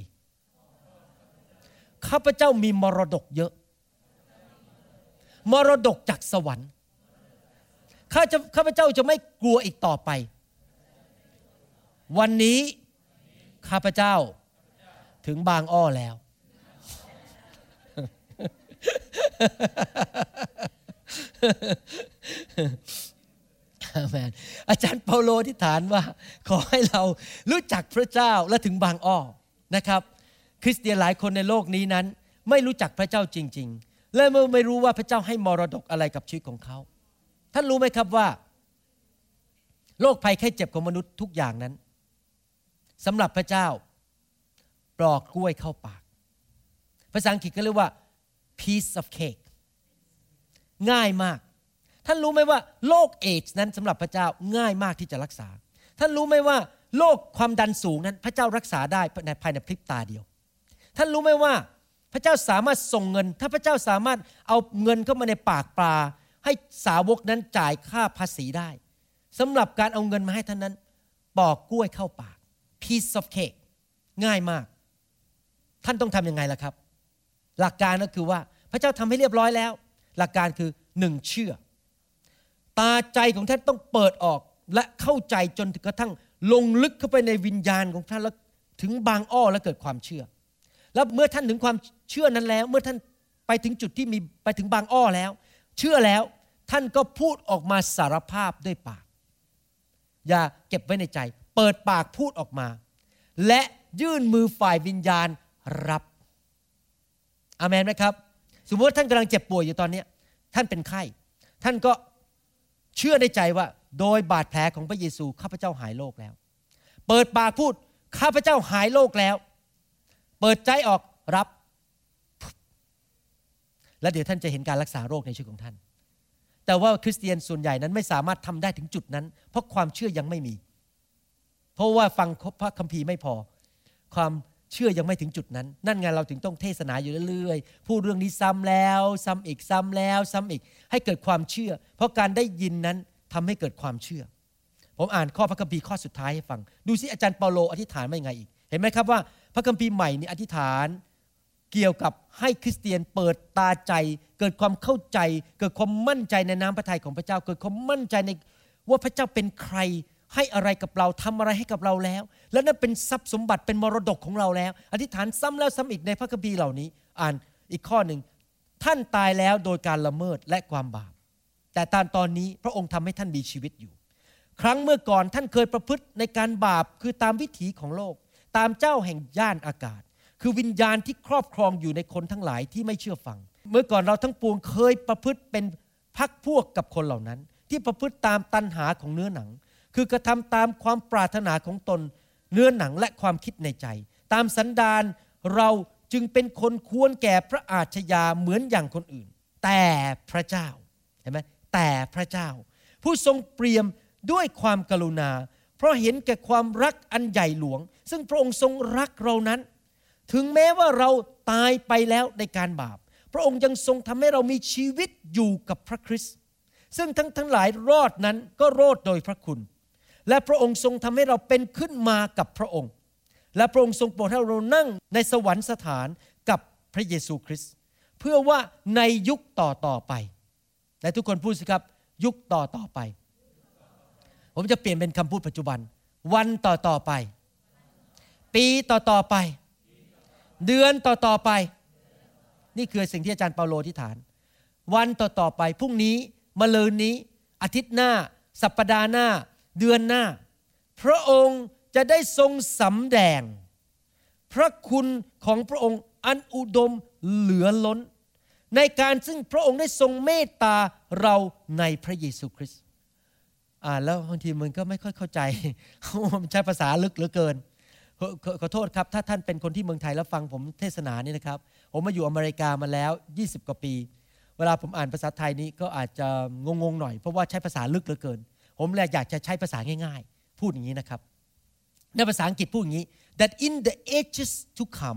ข้าพเจ้ามีมรดกเยอะมรดกจากสวรรค์ข้าพเจ้าจะไม่กลัวอีกต่อไปวันนี้ข้าพเจ้าถึงบางอ้อแล้วอาเมนอาจารย์เปาโลอธิษฐานว่าขอให้เรารู้จักพระเจ้าและถึงบางอ้อนะครับคริสเตียนหลายคนในโลกนี้นั้นไม่รู้จักพระเจ้าจริงๆและไม่รู้ว่าพระเจ้าให้มรดกอะไรกับชีวิตของเขาท่านรู้ไหมครับว่าโรคภัยไข้เจ็บของมนุษย์ทุกอย่างนั้นสำหรับพระเจ้าปลอกกล้วยเข้าปากภาษาอังกฤษก็เรียกว่า piece of cake ง่ายมากท่านรู้ไหมว่าโรคเอดส์นั้นสำหรับพระเจ้าง่ายมากที่จะรักษาท่านรู้ไหมว่าโรคความดันสูงนั้นพระเจ้ารักษาได้ภายในพริบตาเดียวท่านรู้ไหมว่าพระเจ้าสามารถส่งเงินถ้าพระเจ้าสามารถเอาเงินเข้ามาในปากปลาให้สาวกนั้นจ่ายค่าภาษีได้สำหรับการเอาเงินมาให้ท่านนั้นปอกกล้วยเข้าปาก piece of cake ง่ายมากท่านต้องทำยังไงล่ะครับหลักการก็คือว่าพระเจ้าทำให้เรียบร้อยแล้วหลักการคือ1เชื่อตาใจของท่านต้องเปิดออกและเข้าใจจนกระทั่งลงลึกเข้าไปในวิญญาณของท่านแล้วถึงบางอ้อและเกิดความเชื่อแล้วเมื่อท่านถึงความเชื่อนั้นแล้วเมื่อท่านไปถึงจุดที่มีไปถึงบางอ้อแล้วเชื่อแล้วท่านก็พูดออกมาสารภาพด้วยปากอย่าเก็บไว้ในใจเปิดปากพูดออกมาและยื่นมือฝ่ายวิญญาณรับอาเมนไหมครับสมมติว่าท่านกำลังเจ็บป่วยอยู่ตอนนี้ท่านเป็นไข้ท่านก็เชื่อในใจว่าโดยบาดแผลของพระเยซูข้าพเจ้าหายโรคแล้วเปิดปากพูดข้าพเจ้าหายโรคแล้วเปิดใจออกรับและเดี๋ยวท่านจะเห็นการรักษาโรคในชีวิตของท่านแต่ว่าคริสเตียนส่วนใหญ่นั้นไม่สามารถทำได้ถึงจุดนั้นเพราะความเชื่อยังไม่มีเพราะว่าฟังพระคัมภีร์ไม่พอความเชื่อยังไม่ถึงจุดนั้นนั่นไงเราถึงต้องเทศนาอยู่เรื่อยๆพูดเรื่องนี้ซ้ำแล้วซ้ำอีกซ้ำแล้วซ้ำอีกให้เกิดความเชื่อเพราะการได้ยินนั้นทำให้เกิดความเชื่อผมอ่านข้อพระคัมภีร์ข้อสุดท้ายให้ฟังดูสิอาจารย์เปาโลอธิษฐานว่ายังไงอีกเห็นไหมครับว่าพระคัมภีร์ใหม่นี่อธิษฐานเกี่ยวกับให้คริสเตียนเปิดตาใจเกิดความเข้าใจเกิดความมั่นใจในน้ำพระทัยของพระเจ้าเกิดความมั่นใจในว่าพระเจ้าเป็นใครให้อะไรกับเราทำอะไรให้กับเราแล้วและนั่นเป็นทรัพย์สมบัติเป็นมรดกของเราแล้วอธิษฐานซ้ำแล้วซ้ำอีกในพระคัมภีร์เหล่านี้อ่านอีกข้อหนึ่งท่านตายแล้วโดยการละเมิดและความบาปแต่ตอนนี้พระองค์ทำให้ท่านมีชีวิตอยู่ครั้งเมื่อก่อนท่านเคยประพฤติในการบาปคือตามวิถีของโลกตามเจ้าแห่งย่านอากาศคือวิญญาณที่ครอบครองอยู่ในคนทั้งหลายที่ไม่เชื่อฟังเมื่อก่อนเราทั้งปวงเคยประพฤติเป็นพรรคพวกกับคนเหล่านั้นที่ประพฤติตามตัณหาของเนื้อหนังคือกระทำตามความปรารถนาของตนเนื้อหนังและความคิดในใจตามสันดานเราจึงเป็นคนควรแก่พระอาชญาเหมือนอย่างคนอื่นแต่พระเจ้าเห็นไหมแต่พระเจ้าผู้ทรงเปี่ยมด้วยความกรุณาเพราะเห็นแก่ความรักอันใหญ่หลวงซึ่งพระองค์ทรงรักเรานั้นถึงแม้ว่าเราตายไปแล้วในการบาปพระองค์ยังทรงทำให้เรามีชีวิตอยู่กับพระคริสต์ซึ่งทั้งหลายรอดนั้นก็รอดโดยพระคุณและพระองค์ทรงทำให้เราเป็นขึ้นมากับพระองค์และพระองค์ทรงโปรดให้เรานั่งในสวรรคสถานกับพระเยซูคริสต์เพื่อว่าในยุคต่อไปและทุกคนพูดสิครับยุคต่อไปผมจะเปลี่ยนเป็นคำพูดปัจจุบันวันต่อไปปีต่อไปเดือนต่อไปนี่คือสิ่งที่อาจารย์เปาโลอธิษฐานวันต่อไปพรุ่งนี้มะรืนนี้อาทิตย์หน้าสัปดาห์หน้าเดือนหน้าพระองค์จะได้ทรงสำแดงพระคุณของพระองค์อันอุดมเหลือล้นในการซึ่งพระองค์ได้ทรงเมตตาเราในพระเยซูคริสต์แล้วบางทีมันก็ไม่ค่อยเข้าใจมันใช้ภาษาลึกเหลือเกินขอโทษครับถ้าท่านเป็นคนที่เมืองไทยแล้วฟังผมเทศนานี่นะครับผมมาอยู่อเมริกามาแล้ว20กว่าปีเวลาผมอ่านภาษาไทยนี้ก็อาจจะงงๆหน่อยเพราะว่าใช้ภาษาลึกเหลือเกินผมเลยอยากจะใช้ภาษาง่ายๆพูดอย่างนี้นะครับในภาษาอังกฤษพูดอย่างนี้ that in the ages to come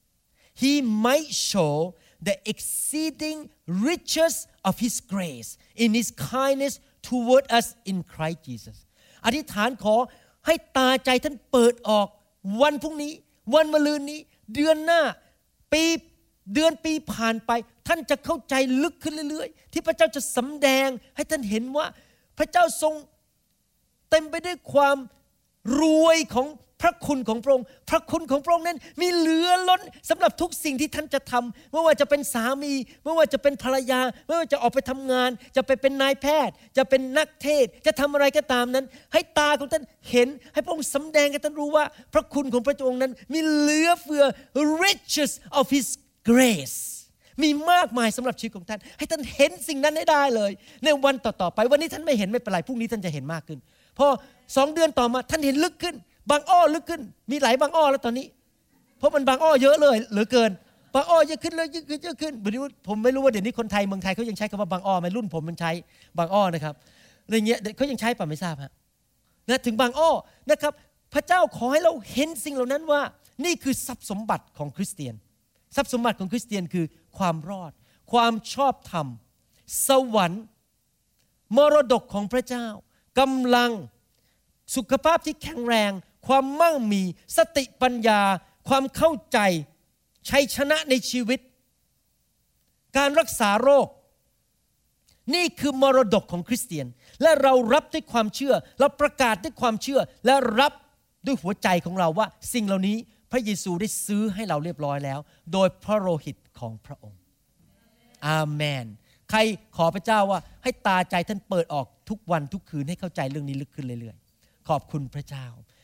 he might show the exceeding riches of his grace in his kindness toward us in Christ Jesus อธิษฐานขอให้ตาใจท่านเปิดออกวันพรุ่งนี้วันมะรืนนี้เดือนหน้าเดือนปีผ่านไปท่านจะเข้าใจลึกขึ้นเรื่อยๆที่พระเจ้าจะสำแดงให้ท่านเห็นว่าพระเจ้าทรงเต็มไปด้วยความรวยของพระคุณของพระองค์พระคุณของพระองค์นั้นมีเหลือล้นสำหรับทุกสิ่งที่ท่านจะทำไม่ว่าจะเป็นสามีไม่ว่าจะเป็นภรรยาไม่ว่าจะออกไปทำงานจะไปเป็นนายแพทย์จะเป็นนักเทศจะทำอะไรก็ตามนั้นให้ตาของท่านเห็นให้พระองค์สำแดงให้ท่านรู้ว่าพระคุณของพระองค์นั้นมีเหลือเฟือ riches of his grace มีมากมายสำหรับชีวิตของท่านให้ท่านเห็นสิ่งนั้นให้ได้เลยในวันต่อๆไปวันนี้ท่านไม่เห็นไม่เป็นไรพรุ่งนี้ท่านจะเห็นมากขึ้นพอ2 เดือนต่อมาท่านเห็นลึกขึ้นบางอ้อลึกขึ้นมีหลายบางอ้อแล้วตอนนี้เพราะมันบางอ้อเยอะเลยเหลือเกินบางอ้อเยอะขึ้นเลยเยอะขึ้นผมไม่รู้ว่าเดี๋ยวนี้คนไทยเมืองไทยเขายังใช้คำว่าบางอ้อไหมรุ่นผมมันใช้บางอ้อนะครับอะไรเงี้ยเขายังใช้ป่ะไม่ทราบฮะนะถึงบางอ้อนะครับพระเจ้าขอให้เราเห็นสิ่งเหล่านั้นว่านี่คือทรัพย์สมบัติของคริสเตียนทรัพย์สมบัติของคริสเตียนคือความรอดความชอบธรรมสวรรค์มรดกของพระเจ้ากำลังสุขภาพที่แข็งแรงความมั่งมีสติปัญญาความเข้าใจชัยชนะในชีวิตการรักษาโรคนี่คือมรดกของคริสเตียนและเรารับด้วยความเชื่อเราประกาศด้วยความเชื่อและรับด้วยหัวใจของเราว่าสิ่งเหล่านี้พระเยซูได้ซื้อให้เราเรียบร้อยแล้วโดยพระโลหิตของพระองค์อาเมนใครขอพระเจ้าว่าให้ตาใจท่านเปิดออกทุกวันทุกคืนให้เข้าใจเรื่องนี้ลึกขึ้นเรื่อยๆขอบคุณพระเจ้า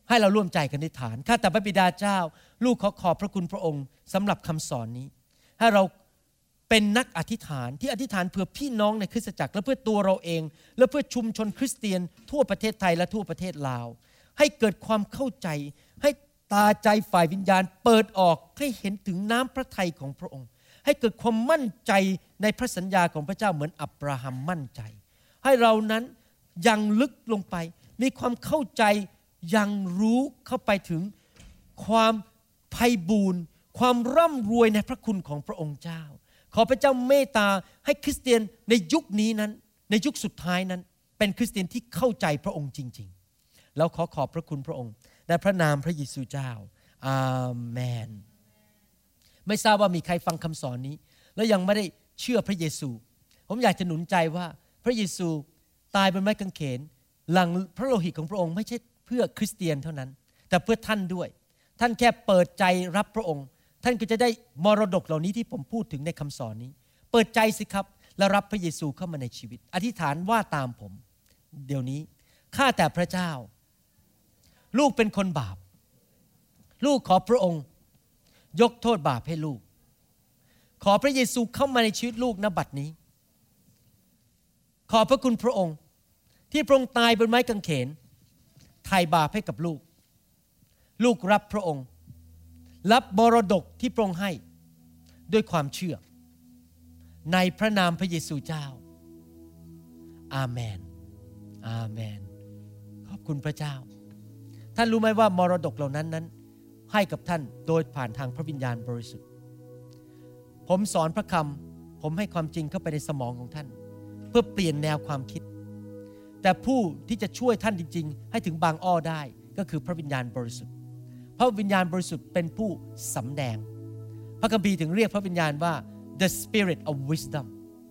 ให้เราร่วมใจกันอธิษฐานข้าแต่พระบิดาเจ้าลูกขอบพระคุณพระองค์สำหรับคำสอนนี้ให้เราเป็นนักอธิษฐานที่อธิษฐานเพื่อพี่น้องในคริสตจักรและเพื่อตัวเราเองและเพื่อชุมชนคริสเตียนทั่วประเทศไทยและทั่วประเทศลาวให้เกิดความเข้าใจให้ตาใจฝ่ายวิญญาณเปิดออกให้เห็นถึงน้ำพระทัยของพระองค์ให้เกิดความมั่นใจในพระสัญญาของพระเจ้าเหมือนอับราฮัมมั่นใจให้เรานั้นยังลึกลงไปมีความเข้าใจยังรู้เข้าไปถึงความไพบูลย์ความร่ำรวยในพระคุณของพระองค์เจ้าขอพระเจ้าเมตตาให้คริสเตียนในยุคนี้นั้นในยุคสุดท้ายนั้นเป็นคริสเตียนที่เข้าใจพระองค์จริงๆแล้วขอบพระคุณพระองค์ในพระนามพระเยซูเจ้าอาเมนไม่ทราบว่ามีใครฟังคำสอนนี้แล้วยังไม่ได้เชื่อพระเยซูผมอยากจะหนุนใจว่าพระเยซูตายบนไม้กางเขนหลั่งพระโลหิตของพระองค์ไม่ใช่เพื่อคริสเตียนเท่านั้นแต่เพื่อท่านด้วยท่านแค่เปิดใจรับพระองค์ท่านก็จะได้มรดกเหล่านี้ที่ผมพูดถึงในคำสอนนี้เปิดใจสิครับและรับพระเยซูเข้ามาในชีวิตอธิษฐานว่าตามผมเดี๋ยวนี้ข้าแต่พระเจ้าลูกเป็นคนบาปลูกขอพระองค์ยกโทษบาปให้ลูกขอพระเยซูเข้ามาในชีวิตลูกณบัดนี้ขอบพระคุณพระองค์ที่พระองค์ตายบนไม้กางเขนไถ่บาปให้กับลูกลูกรับพระองค์รับมรดกที่พระองค์ให้ด้วยความเชื่อในพระนามพระเยซูเจ้าอาเมนอาเมนขอบคุณพระเจ้าท่านรู้ไหมว่ามรดกเหล่านั้นให้กับท่านโดยผ่านทางพระวิญญาณบริสุทธิ์ผมสอนพระคำผมให้ความจริงเข้าไปในสมองของท่านเพื่อเปลี่ยนแนวความคิดแต่ผู้ที่จะช่วยท่านจริงๆให้ถึงบางอ้อได้ก็คือพระวิญญาณบริสุทธิ์พระวิญญาณบริสุทธิ์เป็นผู้สำแดงพระคัมภีร์ถึงเรียกพระวิญญาณว่า the spirit of wisdom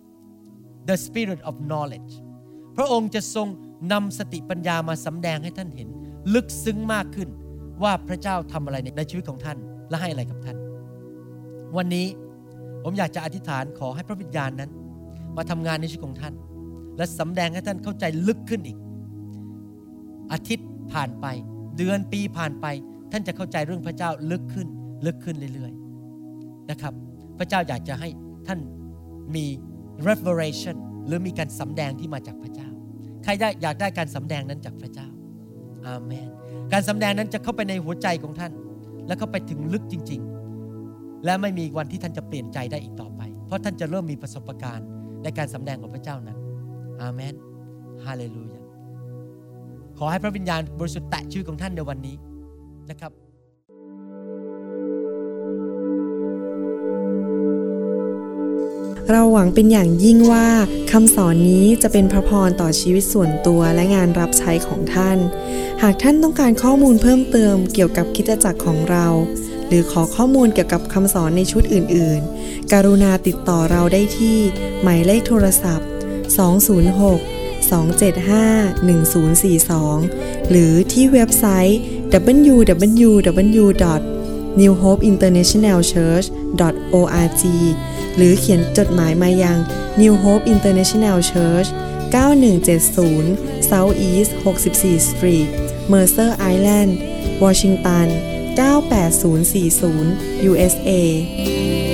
the spirit of knowledge พระองค์จะทรงนำสติปัญญามาสำแดงให้ท่านเห็นลึกซึ้งมากขึ้นว่าพระเจ้าทำอะไรในชีวิตของท่านและให้อะไรกับท่านวันนี้ผมอยากจะอธิษฐานขอให้พระวิญญาณนั้นมาทำงานในชีวิตของท่านและสำแดงให้ท่านเข้าใจลึกขึ้นอีกอาทิตย์ผ่านไปเดือนปีผ่านไปท่านจะเข้าใจเรื่องพระเจ้าลึกขึ้นเรื่อยๆนะครับพระเจ้าอยากจะให้ท่านมี revelation หรือมีการสำแดงที่มาจากพระเจ้าใครอยากได้การสำแดงนั้นจากพระเจ้าอาเมนการสำแดงนั้นจะเข้าไปในหัวใจของท่านและเข้าไปถึงลึกจริงๆและไม่มีวันที่ท่านจะเปลี่ยนใจได้อีกต่อไปเพราะท่านจะเริ่มมีประสบการณ์ในการสำแดงของพระเจ้านั้นอาเมนฮาเลลูยาขอให้พระวิญญาณบริสุทธิ์แตะชีวิตของท่านในวันนี้นะครับเราหวังเป็นอย่างยิ่งว่าคำสอนนี้จะเป็นพระพรต่อชีวิตส่วนตัวและงานรับใช้ของท่านหากท่านต้องการข้อมูลเพิ่มเติมเกี่ยวกับคริสตจักรของเราหรือขอข้อมูลเกี่ยวกับคำสอนในชุดอื่นๆกรุณาติดต่อเราได้ที่หมายเลขโทรศัพท์206-275-1042 หรือที่เว็บไซต์ www.newhopeinternationalchurch.org หรือเขียนจดหมายมายัง New Hope International Church 9170 South East 64 Street Mercer Island Washington 98040 USA